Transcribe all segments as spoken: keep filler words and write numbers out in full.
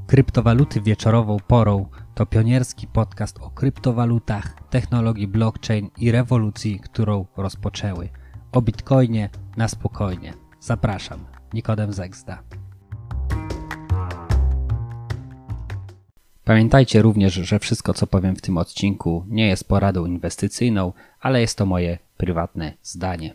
Kryptowaluty wieczorową porą to pionierski podcast o kryptowalutach, technologii blockchain i rewolucji, którą rozpoczęły. O Bitcoinie na spokojnie. Zapraszam, Nikodem Zegzda. Pamiętajcie również, że wszystko co powiem w tym odcinku nie jest poradą inwestycyjną, ale jest to moje prywatne zdanie.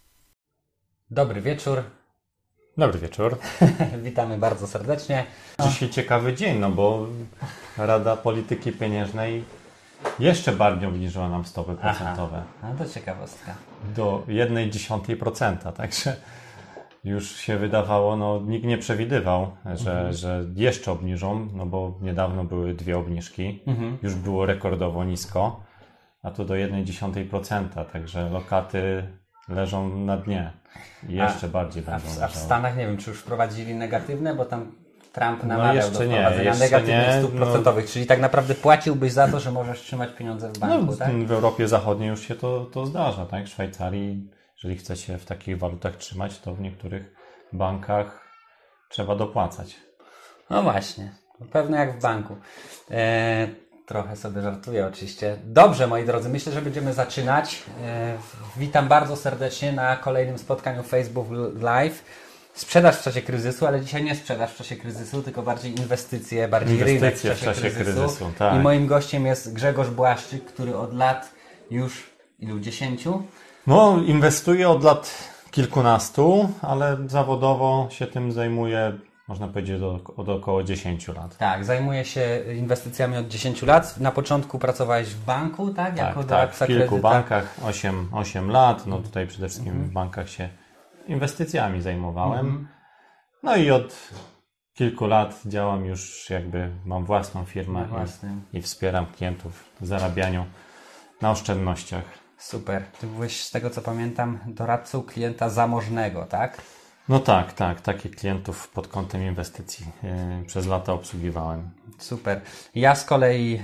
Dobry wieczór. Dobry wieczór. Witamy bardzo serdecznie. Dzisiaj ciekawy dzień, no bo Rada Polityki Pieniężnej jeszcze bardziej obniżyła nam stopy procentowe. Aha, no to ciekawostka. Do jednej dziesiątej procenta, także już się wydawało, no nikt nie przewidywał, że, mhm. że jeszcze obniżą, no bo niedawno były dwie obniżki, mhm. już było rekordowo nisko, a tu do jednej dziesiątej procenta, także lokaty leżą na dnie. I jeszcze a, bardziej będą a w, a w Stanach nie wiem, czy już wprowadzili negatywne, bo tam Trump namawiał no do wprowadzenia nie, negatywnych nie, stóp no, procentowych, czyli tak naprawdę płaciłbyś za to, że możesz trzymać pieniądze w banku, no, tak? W Europie Zachodniej już się to, to zdarza, tak? W Szwajcarii, jeżeli chce się w takich walutach trzymać, to w niektórych bankach trzeba dopłacać. No właśnie, pewno jak w banku. E, trochę sobie żartuję oczywiście. Dobrze, moi drodzy, myślę, że będziemy zaczynać. E, witam bardzo serdecznie na kolejnym spotkaniu Facebook Live. Sprzedaż w czasie kryzysu, ale dzisiaj nie sprzedaż w czasie kryzysu, tylko bardziej inwestycje, bardziej inwestycje rynek w czasie, w czasie kryzysu. kryzysu tak. I moim gościem jest Grzegorz Błaszczyk, który od lat już ilu? Dziesięciu? No, inwestuję od lat kilkunastu, ale zawodowo się tym zajmuję, można powiedzieć, od, od około dziesięciu lat. Tak, zajmuję się inwestycjami od dziesięciu lat. Na początku pracowałeś w banku, tak? Tak, jako tak, w kilku kredyta. bankach, osiem lat. No tutaj przede wszystkim mhm. w bankach się inwestycjami zajmowałem. Mhm. No i od kilku lat działam już jakby, mam własną firmę i, i wspieram klientów w zarabianiu na oszczędnościach. Super. Ty byłeś, z tego co pamiętam, doradcą klienta zamożnego, tak? No tak, tak. Takich klientów pod kątem inwestycji yy, przez lata obsługiwałem. Super. Ja z kolei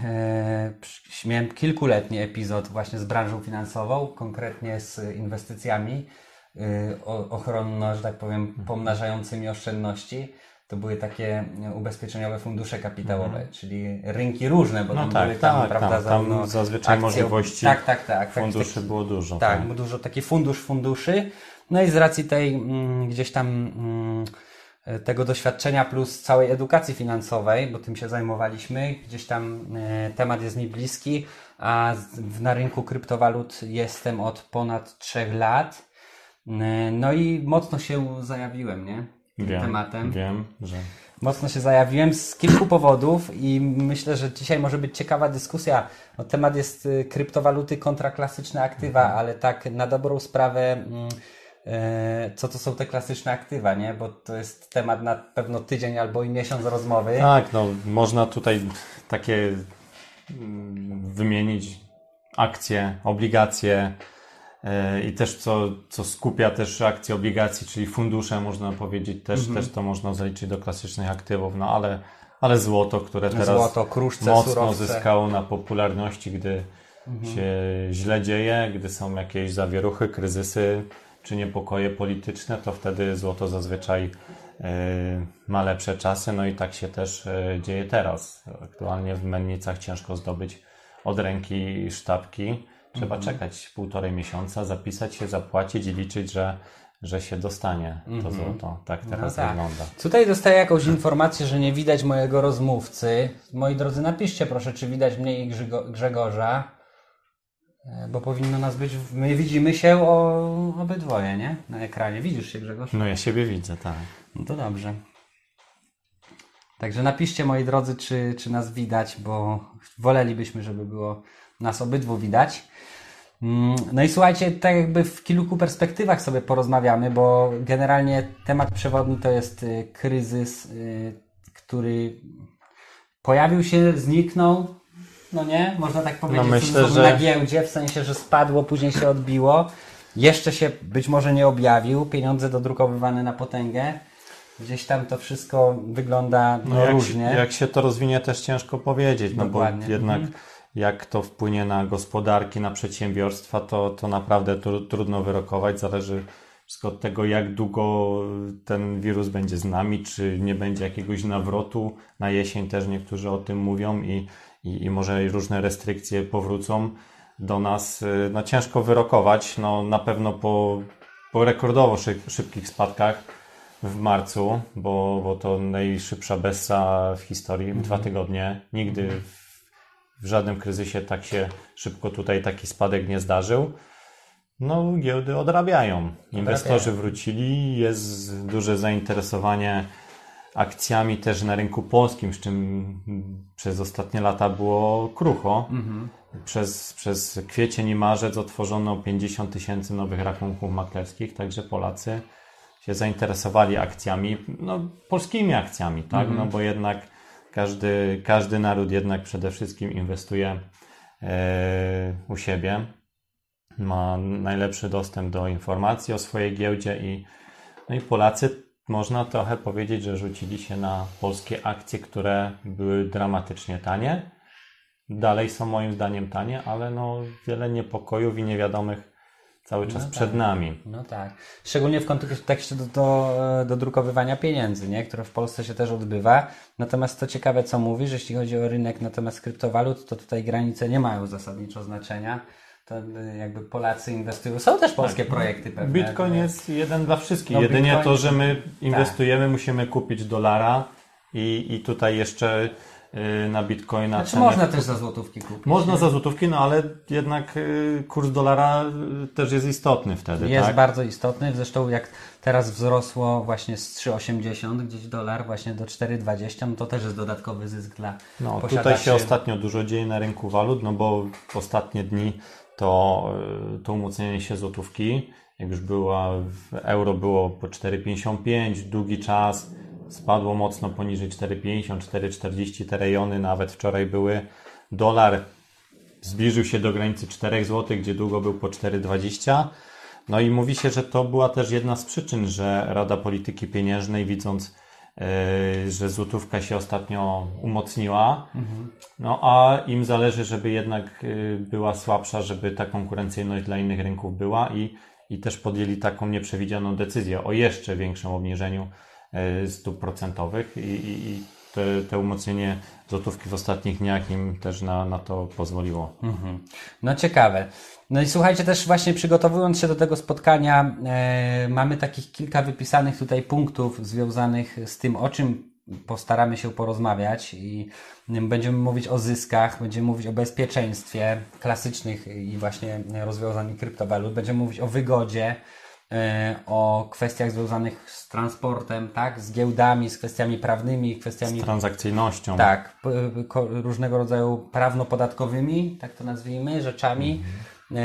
yy, miałem kilkuletni epizod właśnie z branżą finansową, konkretnie z inwestycjami yy, ochronno, że tak powiem, pomnażającymi oszczędności. To były takie ubezpieczeniowe fundusze kapitałowe, mhm. czyli rynki różne, bo no tam tak, były tam, tak, prawda, tam, tam zazwyczaj akcje, możliwości tak, tak, tak, funduszy taki, było dużo. Tak, tak, było dużo, taki fundusz funduszy. No i z racji tej mm, gdzieś tam mm, tego doświadczenia plus całej edukacji finansowej, bo tym się zajmowaliśmy, gdzieś tam e, temat jest mi bliski, a z, na rynku kryptowalut jestem od ponad trzech lat. E, no i mocno się zajawiłem, nie? Tym wiem, tematem. Wiem, że... Mocno się zajawiłem z kilku powodów i myślę, że dzisiaj może być ciekawa dyskusja. No, temat jest kryptowaluty kontra klasyczne aktywa, mhm. ale tak na dobrą sprawę... Mm, co to są te klasyczne aktywa, nie? Bo to jest temat na pewno tydzień albo i miesiąc rozmowy. Tak, no można tutaj takie wymienić akcje, obligacje yy, i też co, co skupia też akcje, obligacji, czyli fundusze można powiedzieć, też, mhm. też to można zaliczyć do klasycznych aktywów, no ale, ale złoto, które teraz złoto, kruszce, mocno surowce. zyskało na popularności, gdy mhm. się źle dzieje, gdy są jakieś zawieruchy, kryzysy, czy niepokoje polityczne, to wtedy złoto zazwyczaj y, ma lepsze czasy, no i tak się też y, dzieje teraz. Aktualnie w mennicach ciężko zdobyć od ręki sztabki. Trzeba mm-hmm. czekać półtorej miesiąca, zapisać się, zapłacić i liczyć, że, że się dostanie to mm-hmm. złoto. Tak teraz no tak. wygląda. Tutaj dostaję jakąś informację, że nie widać mojego rozmówcy. Moi drodzy, napiszcie proszę, czy widać mnie i Grzego- Grzegorza. Bo powinno nas być, my widzimy się o, obydwoje, nie? Na ekranie. Widzisz się, Grzegorz? No ja siebie widzę, tak. No to dobrze. Także napiszcie, moi drodzy, czy, czy nas widać, bo wolelibyśmy, żeby było nas obydwu widać. No i słuchajcie, tak jakby w kilku perspektywach sobie porozmawiamy, bo generalnie temat przewodni to jest kryzys, który pojawił się, zniknął. No nie? Można tak powiedzieć, no myślę, że na giełdzie, w sensie, że spadło, później się odbiło. Jeszcze się być może nie objawił. Pieniądze dodrukowywane na potęgę. Gdzieś tam to wszystko wygląda no, no jak różnie. Się, jak się to rozwinie, też ciężko powiedzieć. No Dokładnie. Bo jednak mhm. jak to wpłynie na gospodarki, na przedsiębiorstwa, to, to naprawdę tru, trudno wyrokować. Zależy, Wszystko od tego, jak długo ten wirus będzie z nami, czy nie będzie jakiegoś nawrotu. Na jesień też niektórzy o tym mówią i, i, i może różne restrykcje powrócą do nas. No ciężko wyrokować, no na pewno po, po rekordowo szyb, szybkich spadkach w marcu, bo, bo to najszybsza bessa w historii, mhm. dwa tygodnie. Nigdy w, w żadnym kryzysie tak się szybko tutaj taki spadek nie zdarzył. No, giełdy odrabiają. Inwestorzy wrócili, jest duże zainteresowanie akcjami też na rynku polskim, z czym przez ostatnie lata było krucho. Mhm. Przez, przez kwiecień i marzec otworzono pięćdziesiąt tysięcy nowych rachunków maklerskich, także Polacy się zainteresowali akcjami, no polskimi akcjami, tak? Mhm. No bo jednak każdy, każdy naród jednak przede wszystkim inwestuje e, u siebie. Ma najlepszy dostęp do informacji o swojej giełdzie i, no i Polacy, można trochę powiedzieć, że rzucili się na polskie akcje, które były dramatycznie tanie. Dalej są moim zdaniem tanie, ale no wiele niepokojów i niewiadomych cały czas no przed tak. nami. No tak. Szczególnie w kontekście do, do, do drukowywania pieniędzy, nie? Które w Polsce się też odbywa. Natomiast to ciekawe, co mówisz, jeśli chodzi o rynek natomiast kryptowalut, to tutaj granice nie mają zasadniczo znaczenia. To jakby Polacy inwestują. Są też polskie tak, projekty pewne. Bitcoin jest jeden dla wszystkich. No, Jedynie Bitcoin... to, że my inwestujemy, tak. musimy kupić dolara i, i tutaj jeszcze yy, na Bitcoina... Znaczy cenę... można też za złotówki kupić. Można nie? za złotówki, no ale jednak yy, kurs dolara yy, też jest istotny wtedy. Jest tak? bardzo istotny. Zresztą jak teraz wzrosło właśnie z trzy osiemdziesiąt gdzieś dolar właśnie do cztery dwadzieścia, no to też jest dodatkowy zysk dla no, posiadaczy. Tutaj się ostatnio dużo dzieje na rynku walut, no bo w ostatnie dni to, to umocnienie się złotówki, jak już była, euro było po cztery pięćdziesiąt pięć, długi czas, spadło mocno poniżej cztery pięćdziesiąt, cztery czterdzieści, te rejony nawet wczoraj były. Dolar zbliżył się do granicy cztery złote, gdzie długo był po cztery dwadzieścia. No i mówi się, że to była też jedna z przyczyn, że Rada Polityki Pieniężnej, widząc, yy, że złotówka się ostatnio umocniła, mhm. no a im zależy, żeby jednak yy, była słabsza, żeby ta konkurencyjność dla innych rynków była i, i też podjęli taką nieprzewidzianą decyzję o jeszcze większym obniżeniu yy, stóp procentowych i, i, i te, te umocnienie złotówki w ostatnich dniach im też na, na to pozwoliło. Mhm. No ciekawe. No i słuchajcie, też właśnie przygotowując się do tego spotkania, e, mamy takich kilka wypisanych tutaj punktów związanych z tym, o czym postaramy się porozmawiać i będziemy mówić o zyskach, będziemy mówić o bezpieczeństwie klasycznych i właśnie rozwiązań kryptowalut, będziemy mówić o wygodzie, e, o kwestiach związanych z transportem, tak, z giełdami, z kwestiami prawnymi, kwestiami... Z transakcyjnością. Tak, p- ko- różnego rodzaju prawno-podatkowymi, tak to nazwijmy, rzeczami. Mhm.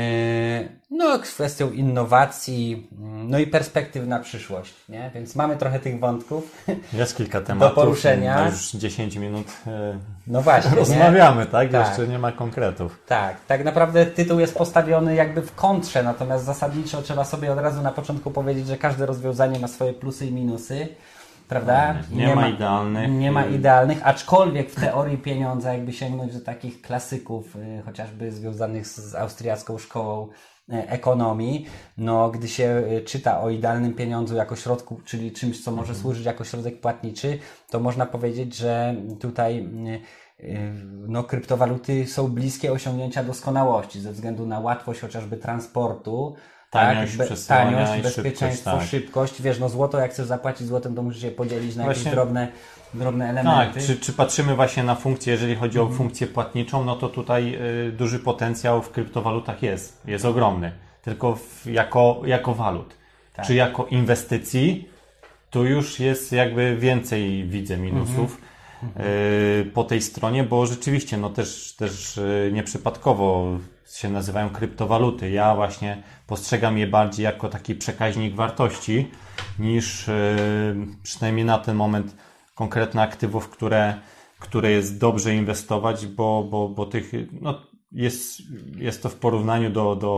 No, kwestią innowacji, no i perspektyw na przyszłość, nie? Więc mamy trochę tych wątków. Jest kilka tematów. Do poruszenia. No już dziesięć minut no właśnie, rozmawiamy, nie? tak? tak? Jeszcze nie ma konkretów. Tak, tak naprawdę tytuł jest postawiony jakby w kontrze, natomiast zasadniczo trzeba sobie od razu na początku powiedzieć, że każde rozwiązanie ma swoje plusy i minusy. Prawda? Nie, nie ma, ma idealnych. Nie ma idealnych, aczkolwiek w teorii pieniądza, jakby sięgnąć do takich klasyków, y, chociażby związanych z, z austriacką szkołą y, ekonomii, no gdy się y, czyta o idealnym pieniądzu jako środku, czyli czymś, co może mhm. służyć jako środek płatniczy, to można powiedzieć, że tutaj y, y, no, kryptowaluty są bliskie osiągnięcia doskonałości ze względu na łatwość chociażby transportu. Taniość, tak, be, taniość bezpieczeństwo, szybkość, tak. szybkość. Wiesz, no złoto, jak chcesz zapłacić złotem, to musisz się podzielić na właśnie, jakieś drobne, drobne elementy. Tak, czy, czy patrzymy właśnie na funkcję, jeżeli chodzi mm. o funkcję płatniczą, no to tutaj y, duży potencjał w kryptowalutach jest, jest ogromny. Tylko w, jako, jako walut. Tak. Czy jako inwestycji, tu już jest jakby więcej, widzę, minusów. Mm-hmm. y, po tej stronie, bo rzeczywiście, no też, też y, nieprzypadkowo się nazywają kryptowaluty. Ja właśnie postrzegam je bardziej jako taki przekaźnik wartości niż yy, przynajmniej na ten moment konkretne aktywów, które, które jest dobrze inwestować, bo, bo, bo tych, no, jest, jest to w porównaniu do, do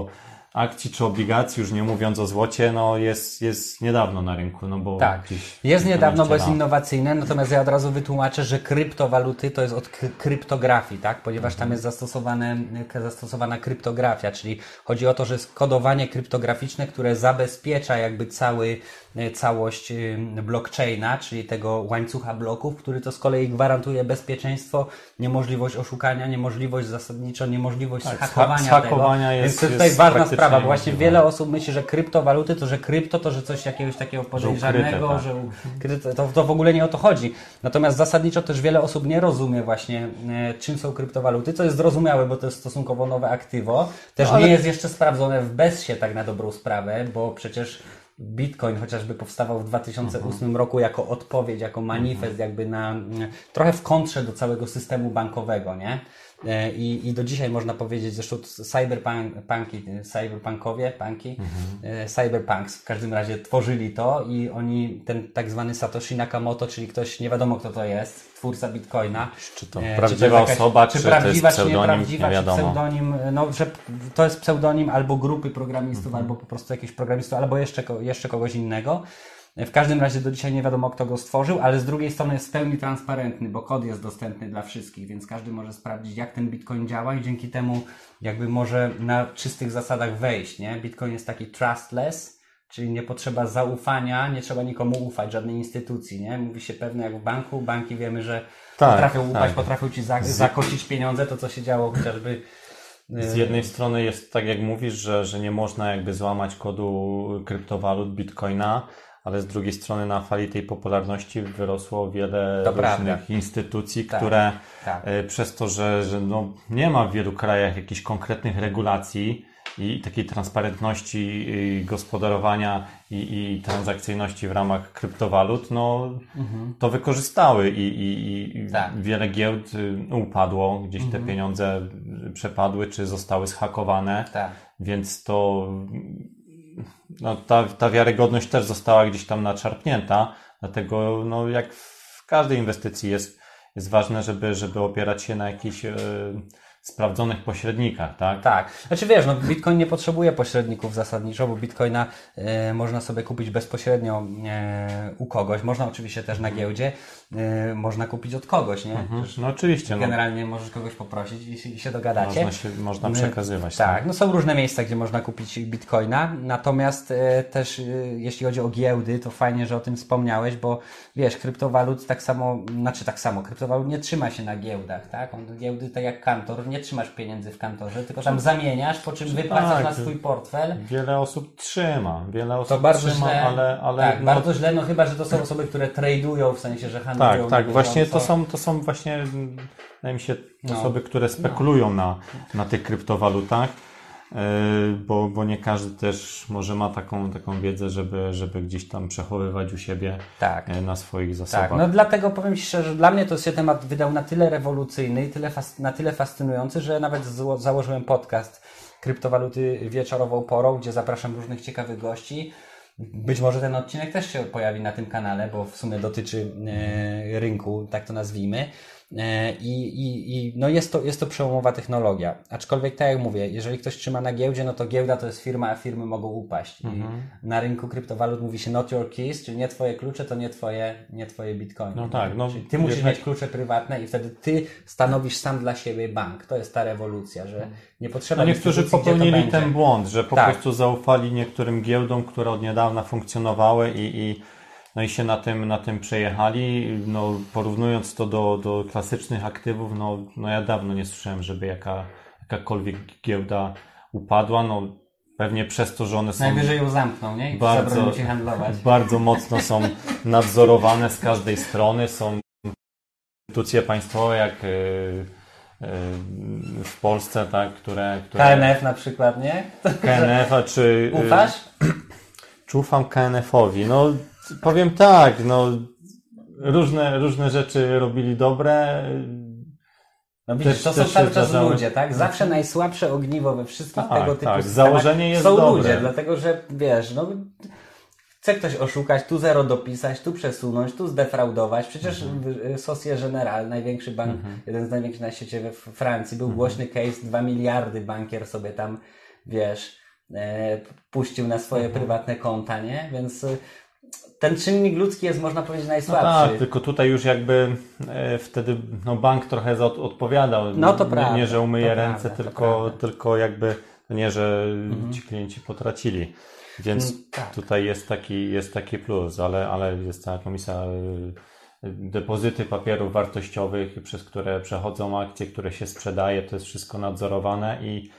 akcji czy obligacji, już nie mówiąc o złocie, no jest, jest niedawno na rynku, no bo tak. gdzieś Jest niedawno, bo jest lat. innowacyjne, natomiast ja od razu wytłumaczę, że kryptowaluty to jest od k- kryptografii, tak? Ponieważ tam jest zastosowane, zastosowana kryptografia, czyli chodzi o to, że jest kodowanie kryptograficzne, które zabezpiecza jakby cały, całość blockchaina, czyli tego łańcucha bloków, który to z kolei gwarantuje bezpieczeństwo, niemożliwość oszukania, niemożliwość zasadniczo, niemożliwość tak, zhakowania, zhakowania tego. jest, Więc to jest jest tutaj ważna sprawa, bo właśnie możliwe. wiele osób myśli, że kryptowaluty to, że krypto to, że coś jakiegoś takiego podejrzanego, ukryte, tak. że ukryte, to, to w ogóle nie o to chodzi. Natomiast zasadniczo też wiele osób nie rozumie właśnie, e, czym są kryptowaluty, co jest zrozumiałe, bo to jest stosunkowo nowe aktywo. Też No, ale... nie jest jeszcze sprawdzone w bezsie tak na dobrą sprawę, bo przecież Bitcoin chociażby powstawał w dwa tysiące ósmym roku jako odpowiedź, jako manifest jakby na, trochę w kontrze do całego systemu bankowego, nie? I, I do dzisiaj można powiedzieć, zresztą cyberpunki, cyberpunkowie, punki, mhm. cyberpunks w każdym razie tworzyli to i oni, ten tak zwany Satoshi Nakamoto, czyli ktoś, nie wiadomo kto to jest, twórca Bitcoina. Czy to czy prawdziwa to jest jakaś, osoba, czy, czy prawdziwa, to jest pseudonim, czy nieprawdziwa, nie wiadomo. Czy pseudonim, no, że to jest pseudonim albo grupy programistów, mhm. albo po prostu jakichś programistów, albo jeszcze, jeszcze kogoś innego. W każdym razie do dzisiaj nie wiadomo, kto go stworzył, ale z drugiej strony jest w pełni transparentny, bo kod jest dostępny dla wszystkich, więc każdy może sprawdzić, jak ten Bitcoin działa i dzięki temu jakby może na czystych zasadach wejść, nie? Bitcoin jest taki trustless, czyli nie potrzeba zaufania, nie trzeba nikomu ufać, żadnej instytucji, nie? Mówi się pewnie jak w banku, banki wiemy, że tak, potrafią ufać, tak. potrafią ci za- zakocić pieniądze, to co się działo chociażby. Z jednej strony jest tak jak mówisz, że, że nie można jakby złamać kodu kryptowalut Bitcoina, ale z drugiej strony na fali tej popularności wyrosło wiele to różnych prawda. instytucji, tak, które tak. przez to, że, że no nie ma w wielu krajach jakichś konkretnych regulacji i takiej transparentności gospodarowania i, i transakcyjności w ramach kryptowalut, no mhm. to wykorzystały i, i, i tak. wiele giełd upadło, gdzieś mhm. te pieniądze przepadły, czy zostały zhakowane, tak. więc to no, ta, ta wiarygodność też została gdzieś tam naczarpnięta, dlatego no, jak w każdej inwestycji jest, jest ważne, żeby, żeby opierać się na jakichś e, sprawdzonych pośrednikach, tak? Tak. Znaczy wiesz, no Bitcoin nie potrzebuje pośredników zasadniczo, bo Bitcoina e, można sobie kupić bezpośrednio e, u kogoś. Można oczywiście też na giełdzie, e, można kupić od kogoś, nie? Mhm. No oczywiście. Generalnie no. możesz kogoś poprosić i, i się dogadacie. Można, się, można przekazywać. Tak, tak, no są różne miejsca, gdzie można kupić Bitcoina, natomiast e, też e, jeśli chodzi o giełdy, to fajnie, że o tym wspomniałeś, bo wiesz, kryptowalut tak samo, znaczy tak samo, kryptowalut nie trzyma się na giełdach, tak? On giełdy tak jak kantor, nie trzymasz pieniędzy w kantorze, tylko tam zamieniasz, po czym wypłacasz tak, na swój portfel. Wiele osób trzyma, wiele osób to bardzo trzyma, źle, ale... ale tak, no... bardzo źle, no chyba, że to są osoby, które tradują, w sensie, że handlują. Tak, tak, właśnie to są, to są właśnie, wydaje mi się, osoby, no. które spekulują no. na, na tych kryptowalutach, bo, bo nie każdy też może ma taką, taką wiedzę, żeby, żeby gdzieś tam przechowywać u siebie tak. na swoich zasobach. Tak, no dlatego powiem Ci szczerze, że dla mnie to się temat wydał na tyle rewolucyjny i tyle fas- na tyle fascynujący, że nawet zło- założyłem podcast Kryptowaluty wieczorową porą, gdzie zapraszam różnych ciekawych gości. Być może ten odcinek też się pojawi na tym kanale, bo w sumie dotyczy e, rynku, tak to nazwijmy. I, i, i no jest to, jest to przełomowa technologia. Aczkolwiek tak jak mówię, jeżeli ktoś trzyma na giełdzie, no to giełda to jest firma, a firmy mogą upaść. Mhm. I na rynku kryptowalut mówi się not your keys, czyli nie twoje klucze, to nie twoje, nie twoje bitcoiny. No tak, no, czyli ty musisz jednak mieć klucze prywatne i wtedy ty stanowisz sam dla siebie bank. To jest ta rewolucja, że nie potrzeba... No niektórzy popełnili ten błąd, że po tak. prostu zaufali niektórym giełdom, które od niedawna funkcjonowały i, i No i się na tym, na tym przejechali, no porównując to do, do klasycznych aktywów, no, no ja dawno nie słyszałem, żeby jaka, jakakolwiek giełda upadła, no pewnie przez to, że one są... Najwyżej ją zamkną, nie? I bardzo, ci handlować. Bardzo mocno są nadzorowane z każdej strony, są instytucje państwowe jak yy, yy, w Polsce, tak, które... które... K N F na przykład, nie? K N F, a czy... Ufasz? Czy ufam K N F-owi? No powiem tak, no różne, różne rzeczy robili dobre. No widzisz, też, to są cały czas zdarzały... ludzie, tak? Zawsze najsłabsze ogniwo we wszystkich tak, tego typu tak. Założenie jest są dobre. ludzie, dlatego że wiesz, no chce ktoś oszukać, tu zero dopisać, tu przesunąć, tu zdefraudować. Przecież mhm. Societe Generale, największy bank, mhm. jeden z największych na świecie we Francji, był mhm. głośny case, dwa miliardy bankier sobie tam, wiesz, e, puścił na swoje mhm. prywatne konta, nie? Więc ten czynnik ludzki jest, można powiedzieć, najsłabszy. No tak, tylko tutaj już jakby e, wtedy no, bank trochę za to odpowiadał. No to nie, prawda. Nie, że umyje ręce, prawda, tylko, tylko jakby nie, że mhm. ci klienci potracili. Więc no, tak. tutaj jest taki, jest taki plus, ale, ale jest cała komisja depozyty papierów wartościowych, przez które przechodzą akcje, które się sprzedaje, to jest wszystko nadzorowane i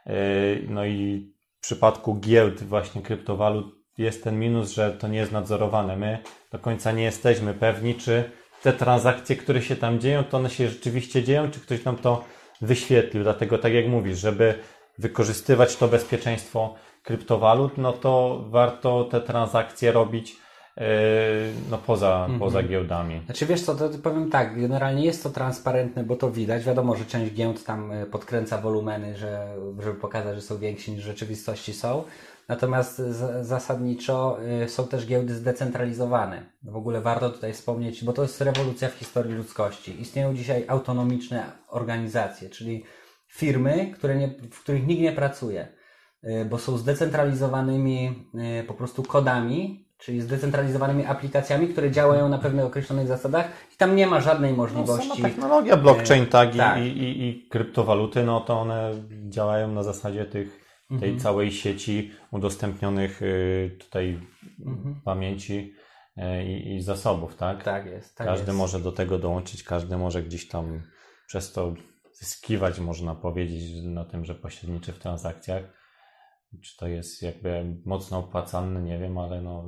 no i w przypadku giełd właśnie kryptowalut jest ten minus, że to nie jest nadzorowane. My do końca nie jesteśmy pewni, czy te transakcje, które się tam dzieją, to one się rzeczywiście dzieją, czy ktoś nam to wyświetlił. Dlatego tak jak mówisz, żeby wykorzystywać to bezpieczeństwo kryptowalut, no to warto te transakcje robić yy, no poza, mhm. poza giełdami. Znaczy wiesz co, to powiem tak, generalnie jest to transparentne, bo to widać. Wiadomo, że część giełd tam podkręca wolumeny, że, żeby pokazać, że są więksi niż w rzeczywistości są. Natomiast z, zasadniczo y, są też giełdy zdecentralizowane. W ogóle warto tutaj wspomnieć, bo to jest rewolucja w historii ludzkości. Istnieją dzisiaj autonomiczne organizacje, czyli firmy, które nie, w których nikt nie pracuje, y, bo są zdecentralizowanymi y, po prostu kodami, czyli zdecentralizowanymi aplikacjami, które działają na pewnych określonych zasadach i tam nie ma żadnej możliwości. No, sama technologia blockchain, tak, i, tak. I, i, i kryptowaluty, no to one działają na zasadzie tych tej mhm. całej sieci udostępnionych y, tutaj mhm. pamięci y, i, i zasobów, tak? Tak jest. Tak każdy jest. może do tego dołączyć, każdy może gdzieś tam przez to zyskiwać, można powiedzieć, na tym, że pośredniczy w transakcjach. Czy to jest jakby mocno opłacalne, nie wiem, ale no...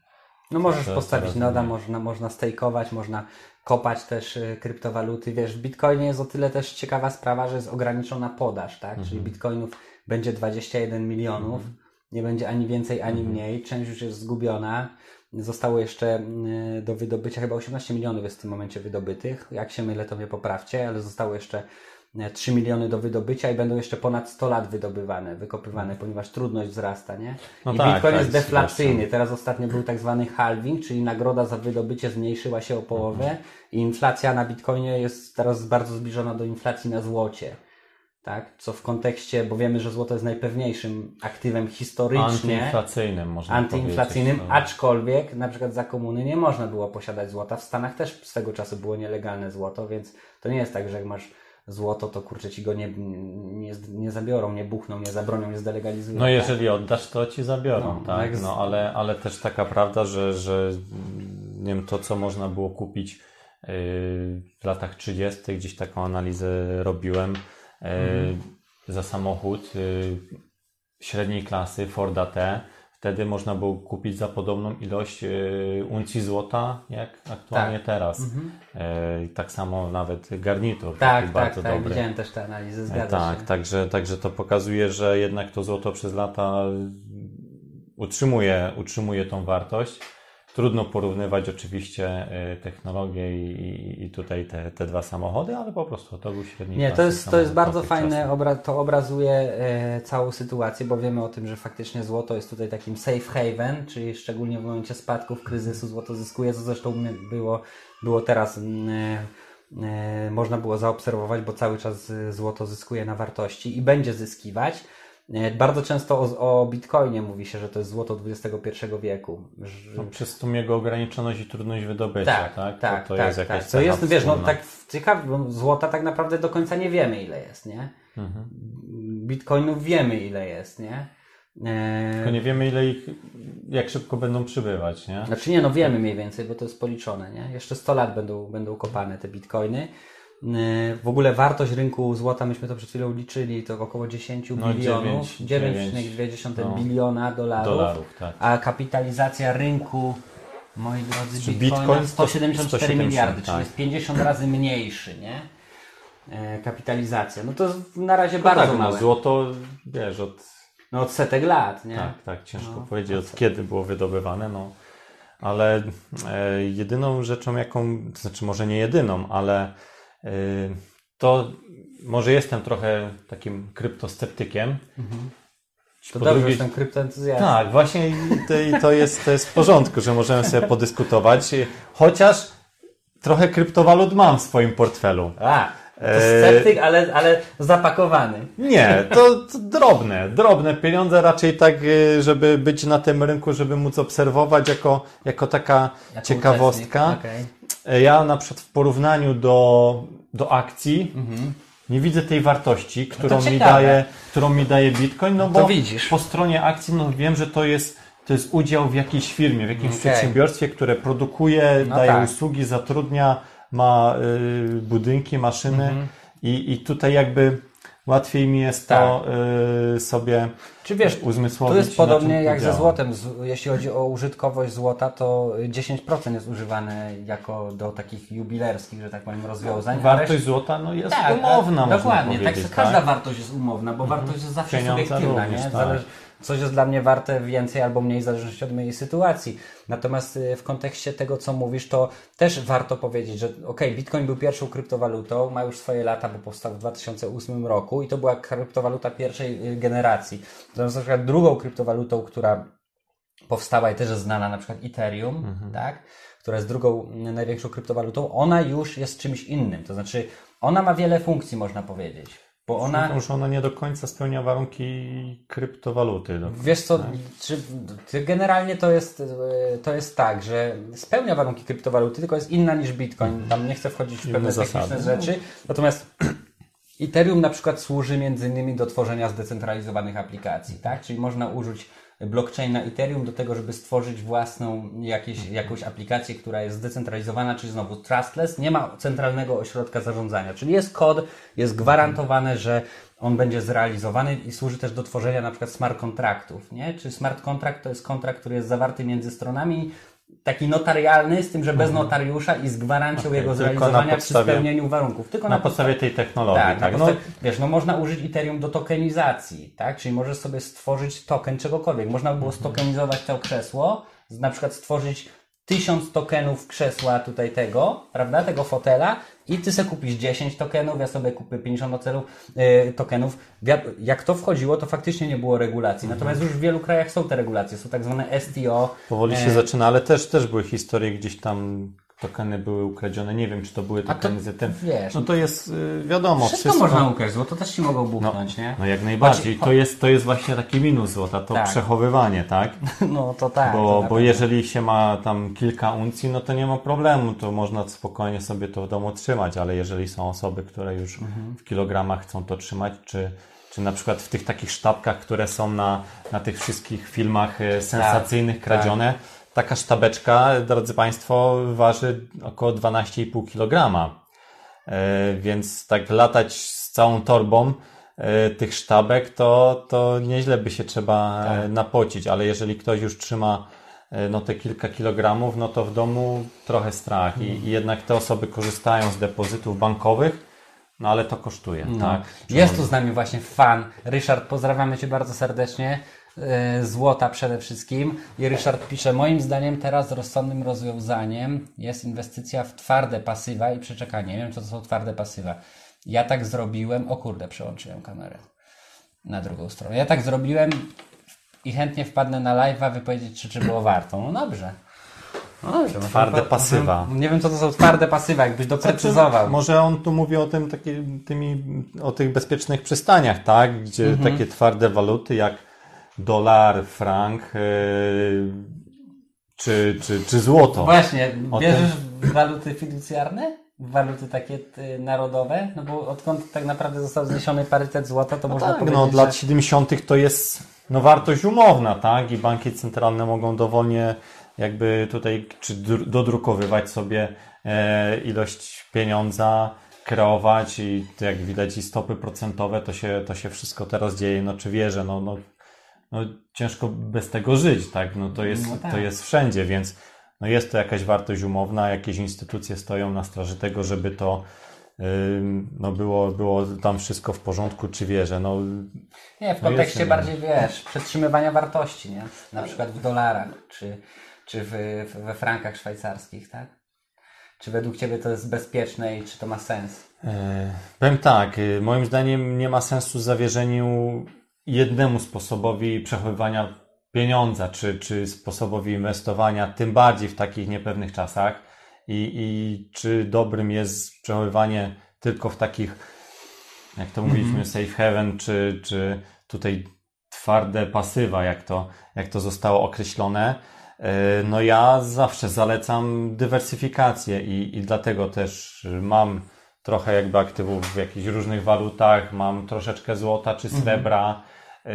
No możesz to, postawić noda, można, można stejkować, można kopać też y, kryptowaluty. Wiesz, w Bitcoinie jest o tyle też ciekawa sprawa, że jest ograniczona podaż, tak? Mhm. Czyli bitcoinów będzie dwadzieścia jeden milionów, mhm. nie będzie ani więcej, ani mhm. mniej. Część już jest zgubiona. Zostało jeszcze y, do wydobycia, chyba osiemnaście milionów jest w tym momencie wydobytych. Jak się mylę, to mnie poprawcie, ale zostało jeszcze trzy miliony do wydobycia i będą jeszcze ponad sto lat wydobywane, wykopywane, ponieważ trudność wzrasta, nie? No I tak, Bitcoin tak, jest deflacyjny. Teraz ostatnio był tak zwany halving, czyli nagroda za wydobycie zmniejszyła się o połowę mhm. i inflacja na Bitcoinie jest teraz bardzo zbliżona do inflacji na złocie. Tak? Co w kontekście, bo wiemy, że złoto jest najpewniejszym aktywem historycznie. Antyinflacyjnym można Antyinflacyjnym, powiedzieć. aczkolwiek na przykład za komuny nie można było posiadać złota. W Stanach też swego czasu było nielegalne złoto, więc to nie jest tak, że jak masz złoto, to kurczę ci go nie, nie, nie zabiorą, nie buchną, nie zabronią, nie zdelegalizują. No jeżeli tak? oddasz, to ci zabiorą, no, tak? tak? No ale, ale też taka prawda, że, że nie wiem, to co można było kupić yy, w latach trzydziestych, gdzieś taką analizę robiłem, yy, mm. za samochód yy, średniej klasy Forda T, wtedy można było kupić za podobną ilość yy, uncji złota, jak aktualnie tak. teraz. Mm-hmm. Yy, tak samo nawet garnitur. Tak, tak, bardzo tak. dobry. Widziałem też te analizy, zgadza yy, tak, się. Także, także to pokazuje, że jednak to złoto przez lata utrzymuje, utrzymuje tą wartość. Trudno porównywać oczywiście technologię i, i tutaj te, te dwa samochody, ale po prostu to był średni. Nie, to jest, to jest bardzo fajne, obra- to obrazuje e, całą sytuację, bo wiemy o tym, że faktycznie złoto jest tutaj takim safe haven, czyli szczególnie w momencie spadków, kryzysu złoto zyskuje, co zresztą było, było teraz e, e, można było zaobserwować, bo cały czas złoto zyskuje na wartości i będzie zyskiwać. Bardzo często o, o Bitcoinie mówi się, że to jest złoto dwudziestego pierwszego wieku. Że... No, przez tą jego ograniczoność i trudność wydobycia, tak? Tak, tak, tak. To, to tak, jest jakaś tak. To jest, wiesz, no tak ciekawe, bo złota tak naprawdę do końca nie wiemy, ile jest, nie? Mhm. Bitcoinów wiemy, ile jest, nie? E... Tylko nie wiemy, ile ich, jak szybko będą przybywać, nie? Znaczy nie, no wiemy mniej więcej, bo to jest policzone, nie? Jeszcze sto lat będą, będą kopane te bitcoiny. W ogóle wartość rynku złota, myśmy to przed chwilą liczyli, to około dziesięć no, bilionów, dziewięć przecinek dwa no, biliona dolarów, dolarów tak. A kapitalizacja rynku, moi drodzy, Bitcoin, Bitcoina sto siedemdziesiąt cztery miliardy, tak. czyli jest pięćdziesiąt razy mniejszy, nie? E, kapitalizacja. No to na razie no bardzo tak, małe. No złoto, wiesz, od... No od setek lat, nie? Tak, tak, ciężko no, powiedzieć, od kiedy było wydobywane, no. Ale e, jedyną rzeczą, jaką, to znaczy może nie jedyną, ale to może jestem trochę takim kryptosceptykiem. Mhm. To dobrze, drugiej... jestem kryptoentuzjastą. Tak, właśnie to, to, jest, to jest w porządku, że możemy sobie podyskutować. Chociaż trochę kryptowalut mam w swoim portfelu. A. To sceptyk, ale, ale zapakowany. Nie, to, to drobne, drobne pieniądze, raczej tak, żeby być na tym rynku, żeby móc obserwować jako, jako taka jako ciekawostka. Okay. Ja na przykład w porównaniu do, do akcji mhm. nie widzę tej wartości, którą, no mi daje, którą mi daje Bitcoin, no, no bo widzisz. Po stronie akcji no wiem, że to jest, to jest udział w jakiejś firmie, w jakimś okay. przedsiębiorstwie, które produkuje, no daje tak. usługi, zatrudnia, ma y, budynki, maszyny mhm. i, i tutaj jakby łatwiej mi jest tak. to y, sobie Czy wiesz, uzmysłowić. To jest podobnie jak ze złotem. Jeśli chodzi o użytkowość złota, to dziesięć procent jest używane jako do takich jubilerskich, że tak powiem, rozwiązań. No, wartość reszta... złota no, jest tak, umowna, tak, dokładnie. Tak, każda tak? wartość jest umowna, bo mhm. wartość jest zawsze Pieniądze subiektywna. Również, nie? tak. Zależy... Coś jest dla mnie warte więcej albo mniej w zależności od mojej sytuacji. Natomiast w kontekście tego, co mówisz, to też warto powiedzieć, że ok, Bitcoin był pierwszą kryptowalutą, ma już swoje lata, bo powstał w dwa tysiące ósmym roku i to była kryptowaluta pierwszej generacji. Natomiast na przykład drugą kryptowalutą, która powstała i też jest znana, na przykład Ethereum, mhm. tak, która jest drugą największą kryptowalutą, ona już jest czymś innym. To znaczy, ona ma wiele funkcji, można powiedzieć. Bo ona... Już ona nie do końca spełnia warunki kryptowaluty. Do końca, Wiesz co, tak? czy, czy generalnie to jest, to jest tak, że spełnia warunki kryptowaluty, tylko jest inna niż Bitcoin. Tam nie chcę wchodzić w pewne Inne techniczne zasady. rzeczy. Natomiast Ethereum na przykład służy między innymi do tworzenia zdecentralizowanych aplikacji, tak? Czyli można użyć blockchaina Ethereum do tego, żeby stworzyć własną jakieś, jakąś aplikację, która jest zdecentralizowana, czyli znowu trustless, nie ma centralnego ośrodka zarządzania, czyli jest kod, jest gwarantowane, że on będzie zrealizowany i służy też do tworzenia na przykład smart kontraktów, nie? Czyli smart contract to jest kontrakt, który jest zawarty między stronami, taki notarialny, z tym, że bez notariusza i z gwarancją okay, jego zrealizowania podstawie, przy spełnieniu warunków. Tylko na, na podstawie tej technologii. Tak, tak? Na podstawie, no. Wiesz, no można użyć Ethereum do tokenizacji, tak? Czyli możesz sobie stworzyć token czegokolwiek. Można by było stokenizować to krzesło, na przykład stworzyć tysiąc tokenów krzesła tutaj tego, prawda, tego fotela i ty sobie kupisz dziesięć tokenów, ja sobie kupię pięćdziesiąt tokenów, yy, tokenów. Jak to wchodziło, to faktycznie nie było regulacji. Natomiast już w wielu krajach są te regulacje, są tak zwane S T O. Powoli się e... zaczyna, ale też, też były historie gdzieś tam tokeny były ukradzione. Nie wiem, czy to były tokeny z tym. Wiesz, no to jest wiadomo. Wszystko, wszystko można ukraść, złoto też ci mogą buchnąć, no, nie? No jak najbardziej. To jest, to jest właśnie taki minus złota, to tak. przechowywanie, tak? No to tak. Bo, to bo jeżeli się ma tam kilka uncji, no to nie ma problemu, to można spokojnie sobie to w domu trzymać, ale jeżeli są osoby, które już mhm. w kilogramach chcą to trzymać, czy czy na przykład w tych takich sztabkach, które są na, na tych wszystkich filmach sensacyjnych tak, kradzione, tak. Taka sztabeczka, drodzy Państwo, waży około dwanaście i pół kilograma. E, więc tak latać z całą torbą e, tych sztabek, to, to nieźle by się trzeba tak. e, napocić, ale jeżeli ktoś już trzyma e, no, te kilka kilogramów, no to w domu trochę strach. Hmm. I, I jednak te osoby korzystają z depozytów bankowych, no ale to kosztuje. No. Tak? Jest tu z nami właśnie fan. Ryszard, pozdrawiamy Cię bardzo serdecznie. Złota przede wszystkim. I Ryszard pisze, moim zdaniem teraz rozsądnym rozwiązaniem jest inwestycja w twarde pasywa i przeczekanie. Nie wiem, co to są twarde pasywa. Ja tak zrobiłem, o kurde, przełączyłem kamerę na drugą stronę. Ja tak zrobiłem i chętnie wpadnę na live'a wypowiedzieć, czy, czy było warto. No dobrze. No dobrze, twarde pasywa. Nie wiem, co to są twarde pasywa, jakbyś doprecyzował. Znaczy, może on tu mówi o tym, taki, tymi, o tych bezpiecznych przystaniach, tak? Gdzie mhm. takie twarde waluty jak dolar, frank yy, czy, czy, czy złoto. Właśnie, bierzesz tym... waluty fiducjarne? Waluty takie y, narodowe? No bo odkąd tak naprawdę został zniesiony parytet złota, to no można tak, powiedzieć, no od że... lat siedemdziesiątych to jest no, wartość umowna, tak? I banki centralne mogą dowolnie jakby tutaj czy dodrukowywać sobie e, ilość pieniądza, kreować i jak widać i stopy procentowe, to się, to się wszystko teraz dzieje. No czy wierzę, no, no, no ciężko bez tego żyć, tak? No to jest, no tak. to jest wszędzie, więc no jest to jakaś wartość umowna, jakieś instytucje stoją na straży tego, żeby to yy, no było, było tam wszystko w porządku, czy wierzę. No, nie, w kontekście no bardziej, wiesz, przetrzymywania wartości, nie? Na przykład w dolarach, czy, czy w, we frankach szwajcarskich, tak? Czy według Ciebie to jest bezpieczne i czy to ma sens? Yy, powiem tak, yy, moim zdaniem nie ma sensu zawierzeniu jednemu sposobowi przechowywania pieniądza, czy, czy sposobowi inwestowania, tym bardziej w takich niepewnych czasach i, i czy dobrym jest przechowywanie tylko w takich, jak to mówiliśmy, safe haven, czy, czy tutaj twarde pasywa, jak to, jak to zostało określone. No ja zawsze zalecam dywersyfikację i, i dlatego też mam trochę jakby aktywów w jakichś różnych walutach, mam troszeczkę złota czy srebra, yy,